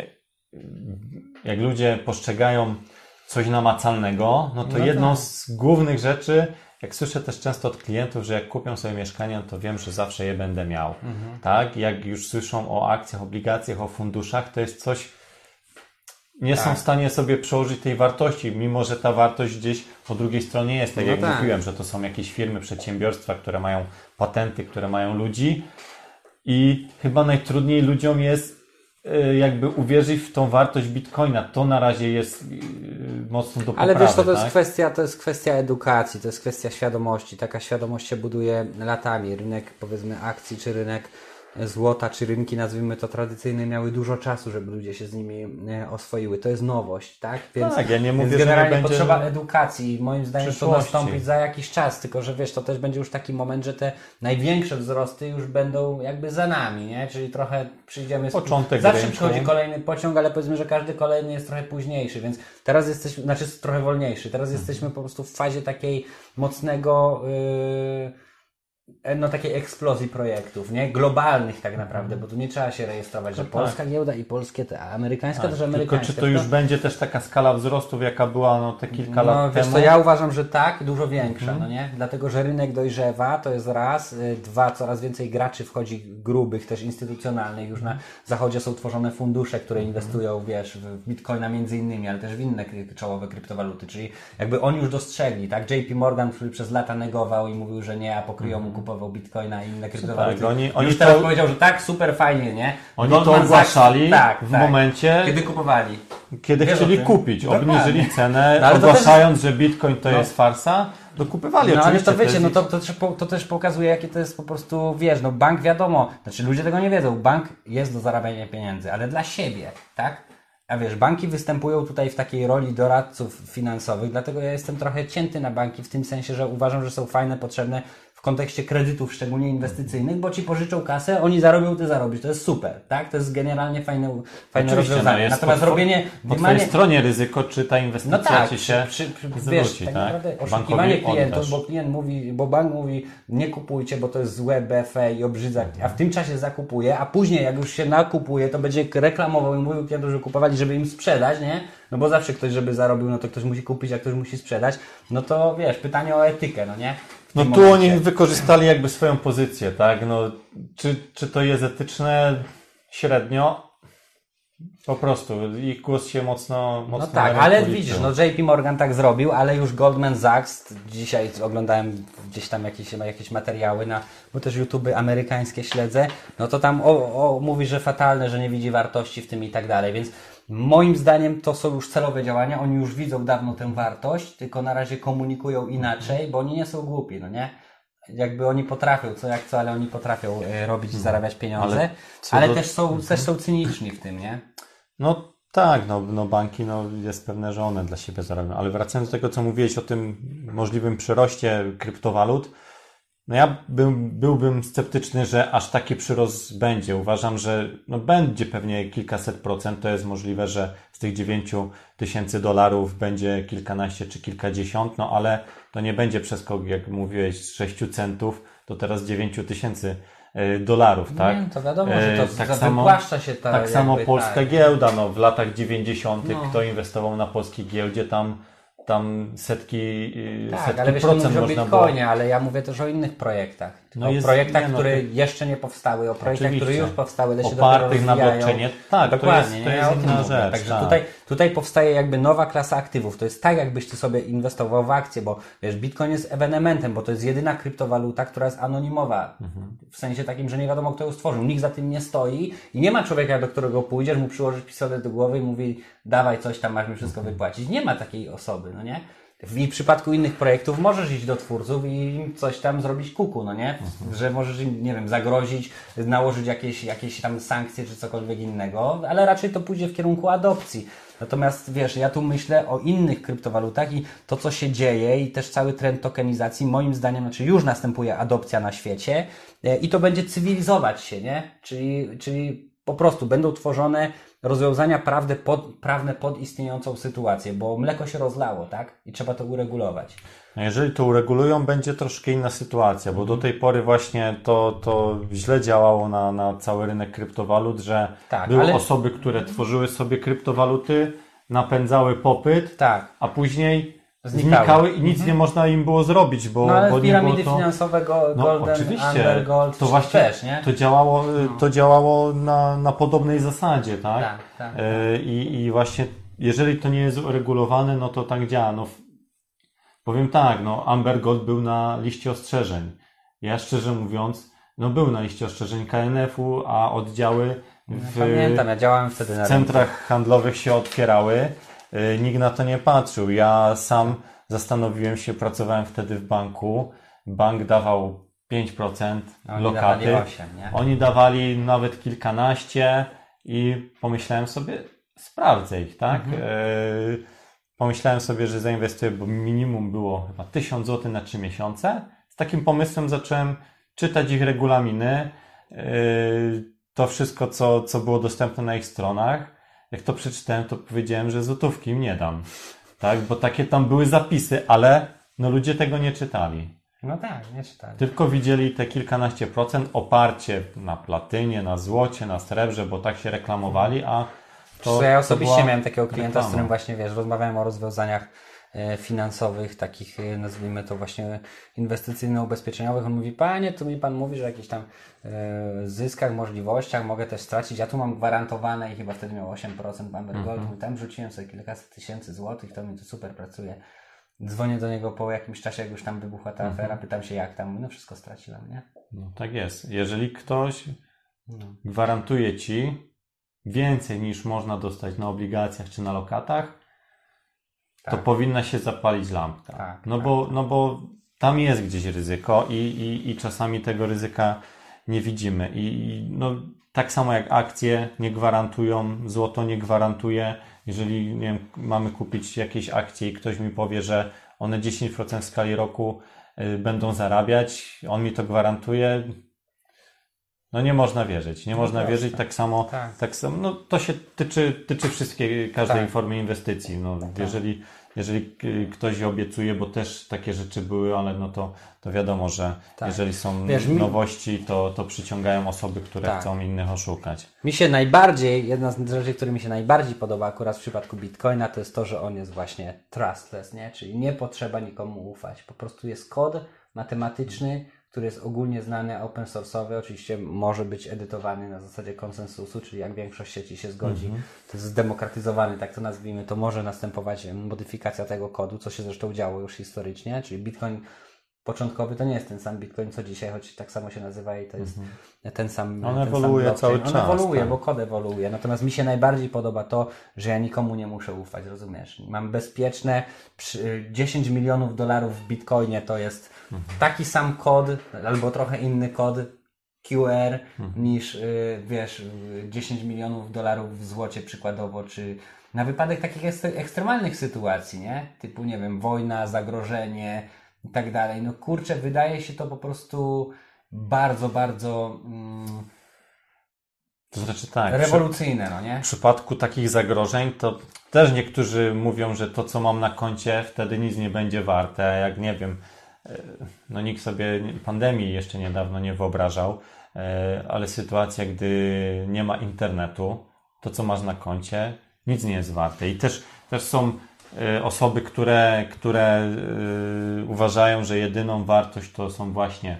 jak ludzie postrzegają coś namacalnego, no to No jedną tak. z głównych rzeczy, jak słyszę też często od klientów, że jak kupią sobie mieszkanie, no to wiem, że zawsze je będę miał. Mhm. Tak? Jak już słyszą o akcjach, obligacjach, o funduszach, to jest coś, nie Tak. są w stanie sobie przełożyć tej wartości, mimo że ta wartość gdzieś po drugiej stronie jest. Tak No jak tak. mówiłem, że to są jakieś firmy, przedsiębiorstwa, które mają patenty, które mają ludzi. I chyba najtrudniej ludziom jest y, jakby uwierzyć w tą wartość Bitcoina. To na razie jest y, mocno do poprawy. Ale wiesz, to, to, jest tak? kwestia, to jest kwestia edukacji, to jest kwestia świadomości. Taka świadomość się buduje latami. Rynek, powiedzmy, akcji, czy rynek złota, czy rynki, nazwijmy to tradycyjne, miały dużo czasu, żeby ludzie się z nimi e, oswoiły. To jest nowość, tak? Więc, Tak, ja nie mówię, więc że nie generalnie będzie potrzeba edukacji. Moim zdaniem to przyszłości. nastąpi za jakiś czas, tylko że wiesz, to też będzie już taki moment, że te największe wzrosty już będą jakby za nami, nie? Czyli trochę przyjdziemy... Z... Początek Zawsze rynku. przychodzi kolejny pociąg, ale powiedzmy, że każdy kolejny jest trochę późniejszy, więc teraz jesteśmy, znaczy jest trochę wolniejszy. Teraz Mhm. jesteśmy po prostu w fazie takiej mocnego... Yy... no takiej eksplozji projektów, nie? Globalnych tak naprawdę, bo tu nie trzeba się rejestrować, że tak. polska giełda i polskie, te, a amerykańska Tak, też tylko amerykańska. czy to już będzie też taka skala wzrostów, jaka była no, te kilka No lat wiesz temu? co, ja uważam, że tak, dużo większa, Mhm. no nie? Dlatego, że rynek dojrzewa, to jest raz, y, dwa, coraz więcej graczy wchodzi grubych, też instytucjonalnych, już na zachodzie są tworzone fundusze, które Mhm. inwestują, wiesz, w Bitcoina między innymi, ale też w inne kry- czołowe kryptowaluty, czyli jakby oni już dostrzegli, tak? J P Morgan, który przez lata negował i mówił, że nie, a po kryjomu kupował Bitcoina i inne kryptowaluty. tak, oni- oni już to- teraz powiedział, że tak, super fajnie, nie? Oni Goldman to Sachs- ogłaszali tak, w tak. momencie, Kiedy kupowali. kiedy Wiesz o chcieli tym? kupić. Dokładnie. Obniżyli cenę, No, ale to też ogłaszając, że Bitcoin to No. jest farsa, dokupywali. No ale Oczywiście to wiecie, jest no ich- to, to, też po- to też pokazuje, jakie to jest po prostu, wiesz, no bank wiadomo, znaczy ludzie tego nie wiedzą, bank jest do zarabiania pieniędzy, ale dla siebie, tak? A wiesz, banki występują tutaj w takiej roli doradców finansowych, dlatego ja jestem trochę cięty na banki w tym sensie, że uważam, że są fajne, potrzebne w kontekście kredytów, szczególnie inwestycyjnych, bo ci pożyczą kasę, oni zarobią, ty zarobisz, to jest super, tak? To jest generalnie fajne, fajne Oczywiście, rozwiązanie. no jest Natomiast po two- robienie, Po wymanie- twojej stronie ryzyko, czy ta inwestycja no tak, ci się przy, przy, przy, zwróci, wiesz, tak, tak? naprawdę Bankowi oszukiwanie klientów, oddasz. bo klient mówi, bo bank mówi, nie kupujcie, bo to jest złe, B F E i obrzydza, a w tym czasie zakupuje, a później jak już się nakupuje, to będzie reklamował i mówił klientom, że kupowali, żeby im sprzedać, nie? No bo zawsze ktoś, żeby zarobił, no to ktoś musi kupić, a ktoś musi sprzedać. No to wiesz, pytanie o etykę, no nie? W No tym tu momencie. oni wykorzystali jakby swoją pozycję, tak? No, czy, czy to jest etyczne? Średnio. Po prostu. Ich głos się mocno, mocno No tak, na ale rynku widzisz, liczył. no J P Morgan tak zrobił, ale już Goldman Sachs, dzisiaj oglądałem gdzieś tam jakieś, jakieś materiały, na, bo też YouTube amerykańskie śledzę, no to tam o, o, mówi, że fatalne, że nie widzi wartości w tym i tak dalej, więc moim zdaniem to są już celowe działania, oni już widzą dawno tę wartość, tylko na razie komunikują inaczej, bo oni nie są głupi, no nie? Jakby oni potrafią, co jak co, ale oni potrafią e, robić i zarabiać pieniądze, Ale ale, co do- też, są, też są cyniczni w tym, nie? No tak, no, no banki, no jest pewne, że one dla siebie zarabiają. Ale wracając do tego, co mówiłeś o tym możliwym przyroście kryptowalut, no ja bym, byłbym sceptyczny, że aż taki przyrost będzie. Uważam, że no będzie pewnie kilkaset procent. To jest możliwe, że z tych dziewięciu tysięcy dolarów będzie kilkanaście czy kilkadziesiąt, no ale to nie będzie przeskok, jak mówiłeś, z sześciu centów do teraz dziewięciu tysięcy dolarów, tak? Nie, to wiadomo, że to E, tak za- samo, wypłaszcza się ta tak samo jakby, polska tak. giełda, no w latach dziewięćdziesiątych No. kto inwestował na polskiej giełdzie, tam, tam setki, yy, Tak, setki ale wiesz, procent mówisz o można było. Bitcoinie, ale ja mówię też o innych projektach. No o jest- projektach, nie, no które to- jeszcze nie powstały, o projektach, Oczywiście. które już powstały, ale się dopiero Opartych na rozwijają. blockchainie. Tak, to Dokładnie, jest, to nie? jest Ja o tym inna mówię. rzecz. Także tak. tutaj, tutaj powstaje jakby nowa klasa aktywów. To jest tak, jakbyś ty sobie inwestował w akcje, bo wiesz, Bitcoin jest ewenementem, bo to jest jedyna kryptowaluta, która jest anonimowa. Mhm. W sensie takim, że nie wiadomo, kto ją stworzył. Nikt za tym nie stoi i nie ma człowieka, do którego pójdziesz, mu przyłożysz pistolet do głowy i mówi, dawaj coś tam, masz mi wszystko Mhm. wypłacić. Nie ma takiej osoby, no nie? W przypadku innych projektów możesz iść do twórców i im coś tam zrobić kuku, no nie? Mhm. Że możesz im, nie wiem, zagrozić, nałożyć jakieś, jakieś tam sankcje czy cokolwiek innego, ale raczej to pójdzie w kierunku adopcji. Natomiast wiesz, ja tu myślę o innych kryptowalutach i to, co się dzieje i też cały trend tokenizacji, moim zdaniem, znaczy już następuje adopcja na świecie i to będzie cywilizować się, nie? Czyli, czyli po prostu będą tworzone rozwiązania prawne pod, prawne pod istniejącą sytuację, bo mleko się rozlało, tak? I trzeba to uregulować. No jeżeli to uregulują, będzie troszkę inna sytuacja, bo do tej pory właśnie to, to źle działało na, na cały rynek kryptowalut, że tak, były ale... osoby, które tworzyły sobie kryptowaluty, napędzały popyt, tak. a później znikały, znikały i nic mhm. nie można im było zrobić, bo, no, ale bo piramidy nie było to... finansowe go, no, Golden, oczywiście, Amber Gold, to właśnie też, nie? To działało, to działało na, na podobnej zasadzie, tak? Tak, tak, tak. E, i, I właśnie jeżeli to nie jest uregulowane, no to tak działa. No, powiem tak, no Amber Gold był na liście ostrzeżeń. Ja szczerze mówiąc, no był na liście ostrzeżeń K N F u, a oddziały w, ja pamiętam, ja działałem wtedy na w centrach handlowych się otwierały. E, nikt na to nie patrzył. Ja sam zastanowiłem się, pracowałem wtedy w banku. Bank dawał pięć procent Oni lokaty. Dawali osiem, nie? Oni dawali nawet kilkanaście i pomyślałem sobie, sprawdzę ich, tak? Mhm. E, pomyślałem sobie, że zainwestuję, bo minimum było chyba tysiąc złotych na trzy miesiące. Z takim pomysłem zacząłem czytać ich regulaminy, e, to wszystko, co, co było dostępne na ich stronach. Jak to przeczytałem, to powiedziałem, że złotówki im nie dam. Tak? Bo takie tam były zapisy, ale no ludzie tego nie czytali. No tak, nie czytali. Tylko widzieli te kilkanaście procent oparcie na platynie, na złocie, na srebrze, bo tak się reklamowali, a to, ja osobiście to miałem takiego klienta, reklama. Z którym właśnie, wiesz, rozmawiałem o rozwiązaniach finansowych, takich, nazwijmy to właśnie inwestycyjno-ubezpieczeniowych. On mówi, panie, tu mi pan mówi, że jakichś tam zyskach, możliwościach mogę też stracić. Ja tu mam gwarantowane i chyba wtedy miał osiem procent Amber Gold. Mm-hmm. Tam rzuciłem sobie kilkaset tysięcy złotych, to mi to super pracuje. Dzwonię do niego po jakimś czasie, jak już tam wybuchła ta afera, mm-hmm. pytam się jak tam, no wszystko straciłem, nie? No tak jest. Jeżeli ktoś no. gwarantuje Ci więcej niż można dostać na obligacjach czy na lokatach, tak. to powinna się zapalić lampka. Tak, no, tak. Bo, no bo tam jest gdzieś ryzyko i, i, i czasami tego ryzyka nie widzimy. I, i no, tak samo jak akcje nie gwarantują, złoto nie gwarantuje. Jeżeli nie wiem, mamy kupić jakieś akcje i ktoś mi powie, że one dziesięć procent w skali roku y, będą zarabiać, on mi to gwarantuje, no nie można wierzyć. Nie no można proste. wierzyć tak samo, tak. tak samo. No to się tyczy, tyczy wszystkiej, każdej tak. formy inwestycji. No, tak. jeżeli, jeżeli ktoś obiecuje, bo też takie rzeczy były, ale no to, to wiadomo, że tak. jeżeli są Wiesz, nowości, to, to przyciągają osoby, które tak. chcą innych oszukać. Mi się najbardziej, jedna z rzeczy, które mi się najbardziej podoba akurat w przypadku Bitcoina, to jest to, że on jest właśnie trustless, nie? Czyli nie potrzeba nikomu ufać. Po prostu jest kod matematyczny, który jest ogólnie znany, open source'owy, oczywiście może być edytowany na zasadzie konsensusu, czyli jak większość sieci się zgodzi, mm-hmm. to jest zdemokratyzowany, tak to nazwijmy, to może następować modyfikacja tego kodu, co się zresztą działo już historycznie, czyli Bitcoin początkowy to nie jest ten sam Bitcoin co dzisiaj, choć tak samo się nazywa i to jest mm-hmm. ten sam On ten ewoluuje sam cały czas. On ewoluuje, tak. bo kod ewoluuje. Natomiast mi się najbardziej podoba to, że ja nikomu nie muszę ufać, rozumiesz? Mam bezpieczne dziesięć milionów dolarów w Bitcoinie, to jest mhm. taki sam kod, albo trochę inny kod Q R mhm. niż wiesz, dziesięć milionów dolarów w złocie przykładowo, czy na wypadek takich ekstremalnych sytuacji, nie? Typu, nie wiem, wojna, zagrożenie i tak dalej. No kurczę, wydaje się to po prostu bardzo, bardzo mm, to znaczy tak, rewolucyjne, przy, no nie? W przypadku takich zagrożeń to też niektórzy mówią, że to, co mam na koncie, wtedy nic nie będzie warte. Jak nie wiem, no nikt sobie pandemii jeszcze niedawno nie wyobrażał, ale sytuacja, gdy nie ma internetu, to co masz na koncie, nic nie jest warte. I też, też są osoby, które, które uważają, że jedyną wartość to są właśnie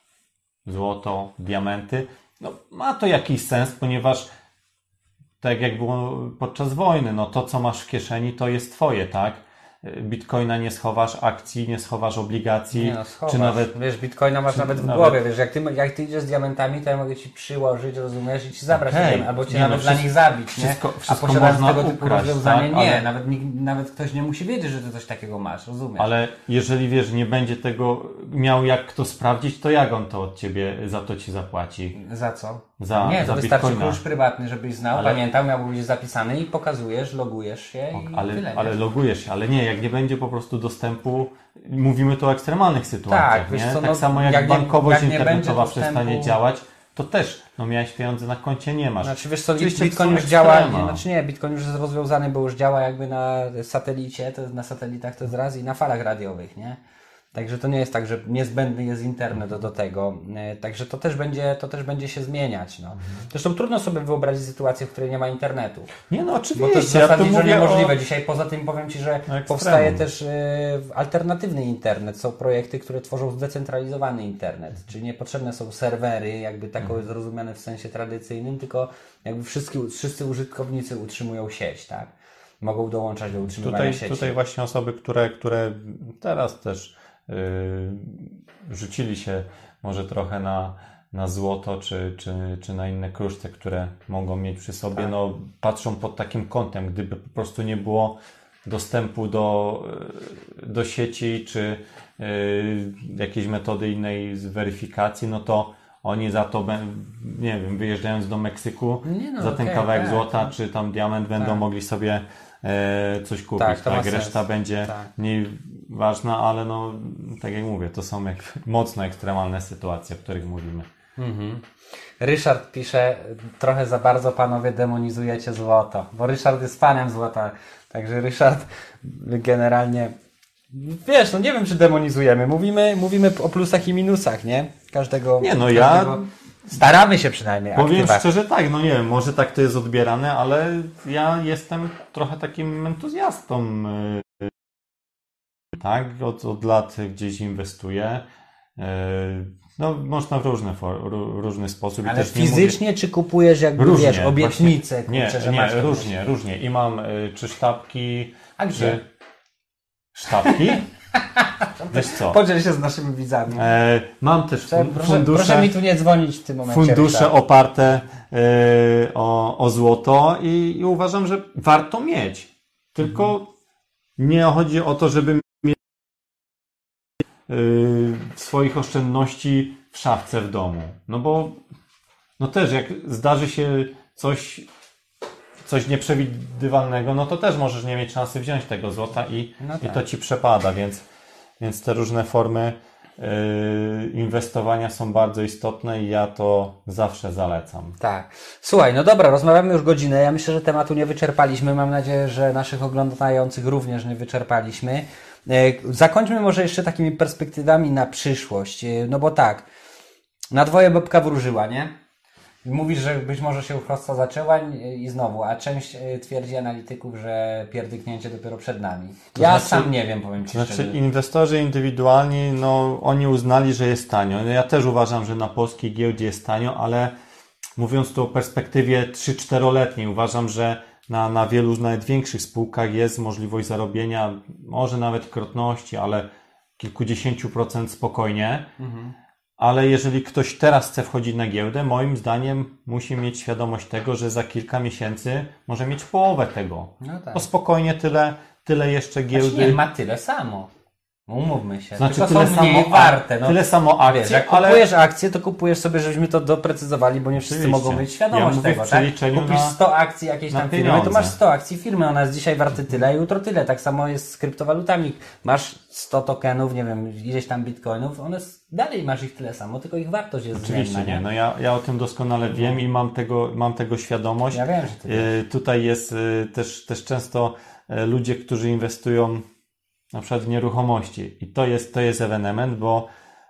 złoto, diamenty. No, ma to jakiś sens, ponieważ tak jak było podczas wojny, no to co masz w kieszeni to jest twoje, tak? bitcoina nie schowasz, akcji nie schowasz, obligacji, Nie no, schowasz. czy nawet... Wiesz, bitcoina masz nawet w nawet- głowie, wiesz, jak ty, jak ty idziesz z diamentami, to ja mogę ci przyłożyć, rozumiesz, i ci zabrać Okej. okay. albo cię Nie, nawet no, dla wszystko- nich zabić, wszystko- nie? A wszystko posiadając można tego typu ukraść, rozwiązanie, tak? nie, Ale- nawet, nikt, nawet ktoś nie musi wiedzieć, że ty coś takiego masz, rozumiesz? Ale jeżeli wiesz, nie będzie tego miał jak kto sprawdzić, to jak on to od ciebie, za to ci zapłaci? Za co? Za, nie, to za wystarczy bitcoina. klucz prywatny, żebyś znał, Ale- pamiętał, miał być zapisany i pokazujesz, logujesz się i Ale, tyle. ale nie? logujesz się, ale nie, jak nie będzie po prostu dostępu, mówimy tu o ekstremalnych sytuacjach, Tak, wiesz nie? co, tak no, samo jak, jak nie- bankowość jak nie internetowa będzie przestanie dostępu- działać, to też, no miałeś pieniądze na koncie, nie masz. Znaczy wiesz co, Oczywiście Bitcoin to już są działa, ekstrema. nie, znaczy nie, Bitcoin już jest rozwiązany, bo już działa jakby na satelicie, to jest na satelitach to jest raz i na falach radiowych, nie? Także to nie jest tak, że niezbędny jest internet do, do tego. E, Także to też będzie, to też będzie się zmieniać. No. Zresztą trudno sobie wyobrazić sytuację, w której nie ma internetu. Nie no Bo to jest oczywiście, ja tu zasadniczo mówię niemożliwe. o... Dzisiaj poza tym powiem Ci, że ekstremum. powstaje też e, alternatywny internet. Są projekty, które tworzą zdecentralizowany internet. Czyli niepotrzebne są serwery, jakby tak Mhm. zrozumiane w sensie tradycyjnym, tylko jakby wszyscy, wszyscy użytkownicy utrzymują sieć, tak? Mogą dołączać do utrzymywania Tutaj, sieci. tutaj właśnie osoby, które, które teraz też yy, rzucili się może trochę na, na złoto, czy, czy, czy na inne kruszce, które mogą mieć przy sobie, Tak. no patrzą pod takim kątem, gdyby po prostu nie było dostępu do, yy, do sieci, czy yy, jakiejś metody innej z weryfikacji, no to oni za to, bę- nie wiem, wyjeżdżając do Meksyku, Nie no, za ten okej, kawałek tak, złota, tak. czy tam diament będą Tak. mogli sobie e, coś kupić, Tak, tak? to ma Reszta sens. będzie Tak. mniej ważna, ale no, tak jak mówię, to są jak, mocno ekstremalne sytuacje, o których mówimy. Mhm. Ryszard pisze, trochę za bardzo panowie demonizujecie złoto, bo Ryszard jest fanem złota, także Ryszard generalnie, wiesz, no nie wiem czy demonizujemy, mówimy, mówimy o plusach i minusach, nie? Każdego. Nie, no ja- każdego... Staramy się przynajmniej. Powiem aktywa. szczerze tak, no nie wiem, może tak to jest odbierane, ale ja jestem trochę takim entuzjastą, y, tak? Od, od lat gdzieś inwestuję. Y, No, można w różny, for, ró- różny sposób. Ale I też nie mówię- fizycznie czy kupujesz jakby, Różnie, wiesz, obietnicę, właśnie. kurczę, Nie, że nie, masz różnie, różnie. I mam y, czy sztabki, A gdzie? czy... Sztabki? Wiesz co? Podziel się z naszymi widzami. E, mam też Proszę, fun- proszę, fundusze, proszę mi tu nie dzwonić w tym momencie. fundusze Ryszard. oparte e, o, o złoto i, i uważam, że warto mieć. Tylko nie chodzi o to, żeby mieć e, swoich oszczędności w szafce w domu. No bo no też jak zdarzy się coś coś nieprzewidywalnego, no to też możesz nie mieć szansy wziąć tego złota i, No i tak. to ci przepada, więc, więc te różne formy yy, inwestowania są bardzo istotne i ja to zawsze zalecam. Tak. Słuchaj, no dobra, rozmawiamy już godzinę. Ja myślę, że tematu nie wyczerpaliśmy. Mam nadzieję, że naszych oglądających również nie wyczerpaliśmy. E, Zakończmy może jeszcze takimi perspektywami na przyszłość. E, No bo tak, na dwoje babka wróżyła, nie? Mówisz, że być może się uchrostwa zaczęła i znowu, a część e, twierdzi analityków, że pierdyknięcie dopiero przed nami. ja znaczy- sam nie wiem, powiem Ci Znaczy szczerze. inwestorzy indywidualni, no oni uznali, że jest tanio. No, ja też uważam, że na polskiej giełdzie jest tanio, ale mówiąc tu o perspektywie trzy-czteroletniej, uważam, że na, na wielu nawet większych spółkach jest możliwość zarobienia, może nawet krotności, ale kilkudziesięciu procent spokojnie. Ale jeżeli ktoś teraz chce wchodzić na giełdę, moim zdaniem musi mieć świadomość tego, że za kilka miesięcy może mieć połowę tego. No tak. Bo spokojnie tyle, tyle jeszcze giełdy. Znaczy nie, ma tyle samo. No umówmy się. Znaczy Tylko tyle są samo, mniej warte. No. tyle samo akcji, Wiesz, jak ale kupujesz akcje, to kupujesz sobie, żebyśmy to doprecyzowali, bo nie wszyscy Oczywiście. mogą mieć świadomość Ja mówię tego, w tak? przeliczeniu Kupisz na- sto akcji jakiejś na tam firmy, to pieniądze. masz sto akcji firmy, ona jest dzisiaj warty tyle, a jutro tyle. Tak samo jest z kryptowalutami. Masz sto tokenów, nie wiem, ileś tam bitcoinów, one s- dalej masz ich tyle samo, tylko ich wartość jest oczywiście zmienna, nie. No ja, ja o tym doskonale wiem i mam tego, mam tego świadomość. Ja wiem, że ty Y, Tutaj jest y, też, też często y, ludzie, którzy inwestują na przykład w nieruchomości i to jest, to jest ewenement, bo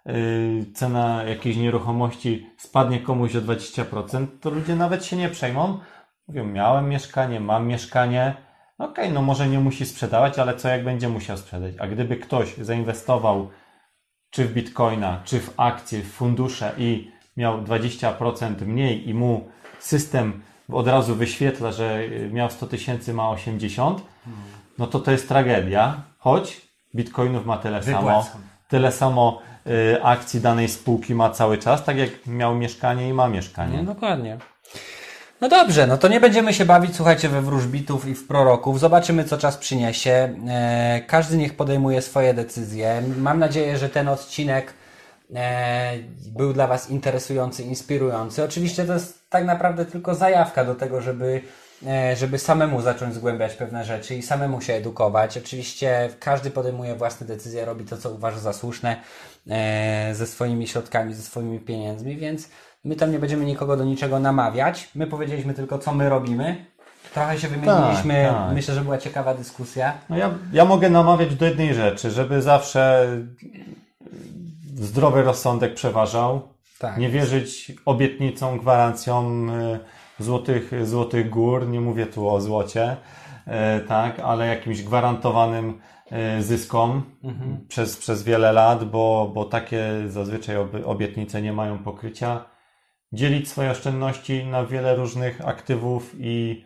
y, cena jakiejś nieruchomości spadnie komuś o dwadzieścia procent, to ludzie nawet się nie przejmą. Mówią, miałem mieszkanie, mam mieszkanie, okej, no może nie musi sprzedawać, ale co jak będzie musiał sprzedać? A gdyby ktoś zainwestował czy w bitcoina, czy w akcje, w fundusze i miał dwadzieścia procent mniej i mu system od razu wyświetla, że miał sto tysięcy, ma osiemdziesiąt, no to to jest tragedia. choć bitcoinów ma tyle Wypłacą. samo, tyle samo y, akcji danej spółki ma cały czas, tak jak miał mieszkanie i ma mieszkanie. No, dokładnie. No dobrze, no to nie będziemy się bawić, słuchajcie, we wróżbitów i w proroków. Zobaczymy, co czas przyniesie. E, każdy niech podejmuje swoje decyzje. Mam nadzieję, że ten odcinek e, był dla Was interesujący, inspirujący. Oczywiście to jest tak naprawdę tylko zajawka do tego, żeby, e, żeby samemu zacząć zgłębiać pewne rzeczy i samemu się edukować. Oczywiście każdy podejmuje własne decyzje, robi to, co uważa za słuszne e, ze swoimi środkami, ze swoimi pieniędzmi, więc my tam nie będziemy nikogo do niczego namawiać. My powiedzieliśmy tylko, co my robimy. Trochę się wymieniliśmy. Tak, tak. Myślę, że była ciekawa dyskusja. No ja, ja mogę namawiać do jednej rzeczy, żeby zawsze zdrowy rozsądek przeważał. Tak. Nie wierzyć obietnicom, gwarancjom y, złotych, złotych gór. Nie mówię tu o złocie, y, tak, ale jakimś gwarantowanym y, zyskom mhm. przez, przez wiele lat, bo, bo takie zazwyczaj obietnice nie mają pokrycia. Dzielić swoje oszczędności na wiele różnych aktywów i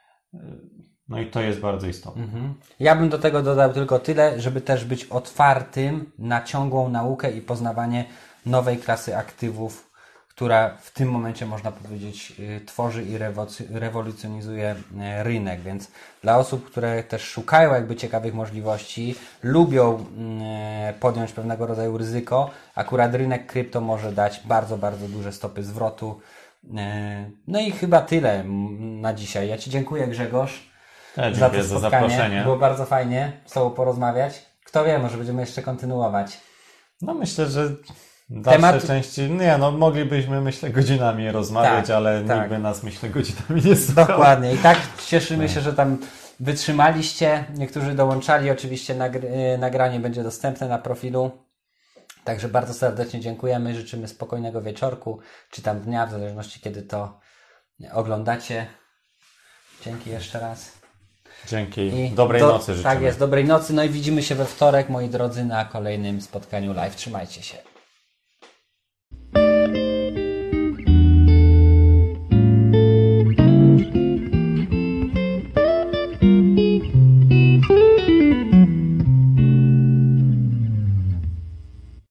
no i to jest bardzo istotne. Mhm. Ja bym do tego dodał tylko tyle, żeby też być otwartym na ciągłą naukę i poznawanie nowej klasy aktywów, która w tym momencie, można powiedzieć, tworzy i rewolucjonizuje rynek. Więc dla osób, które też szukają jakby ciekawych możliwości, lubią podjąć pewnego rodzaju ryzyko, akurat rynek krypto może dać bardzo, bardzo duże stopy zwrotu. No i chyba tyle na dzisiaj. Ja Ci dziękuję, Grzegorz, ja za to za spotkanie. zaproszenie. Było bardzo fajnie z Tobą porozmawiać. Kto wie, może będziemy jeszcze kontynuować. No myślę, że dalsze Temat... części, nie no, moglibyśmy myślę godzinami rozmawiać, tak, ale tak. nikt by nas myślę godzinami nie słuchał. Dokładnie i tak cieszymy się, że tam wytrzymaliście. Niektórzy dołączali, oczywiście nagr- nagranie będzie dostępne na profilu. Także bardzo serdecznie dziękujemy, życzymy spokojnego wieczorku, czy tam dnia, w zależności kiedy to oglądacie. Dzięki jeszcze raz. Dzięki. I dobrej do, nocy życzymy. Tak jest, dobrej nocy. No i widzimy się we wtorek, moi drodzy, na kolejnym spotkaniu live. Trzymajcie się.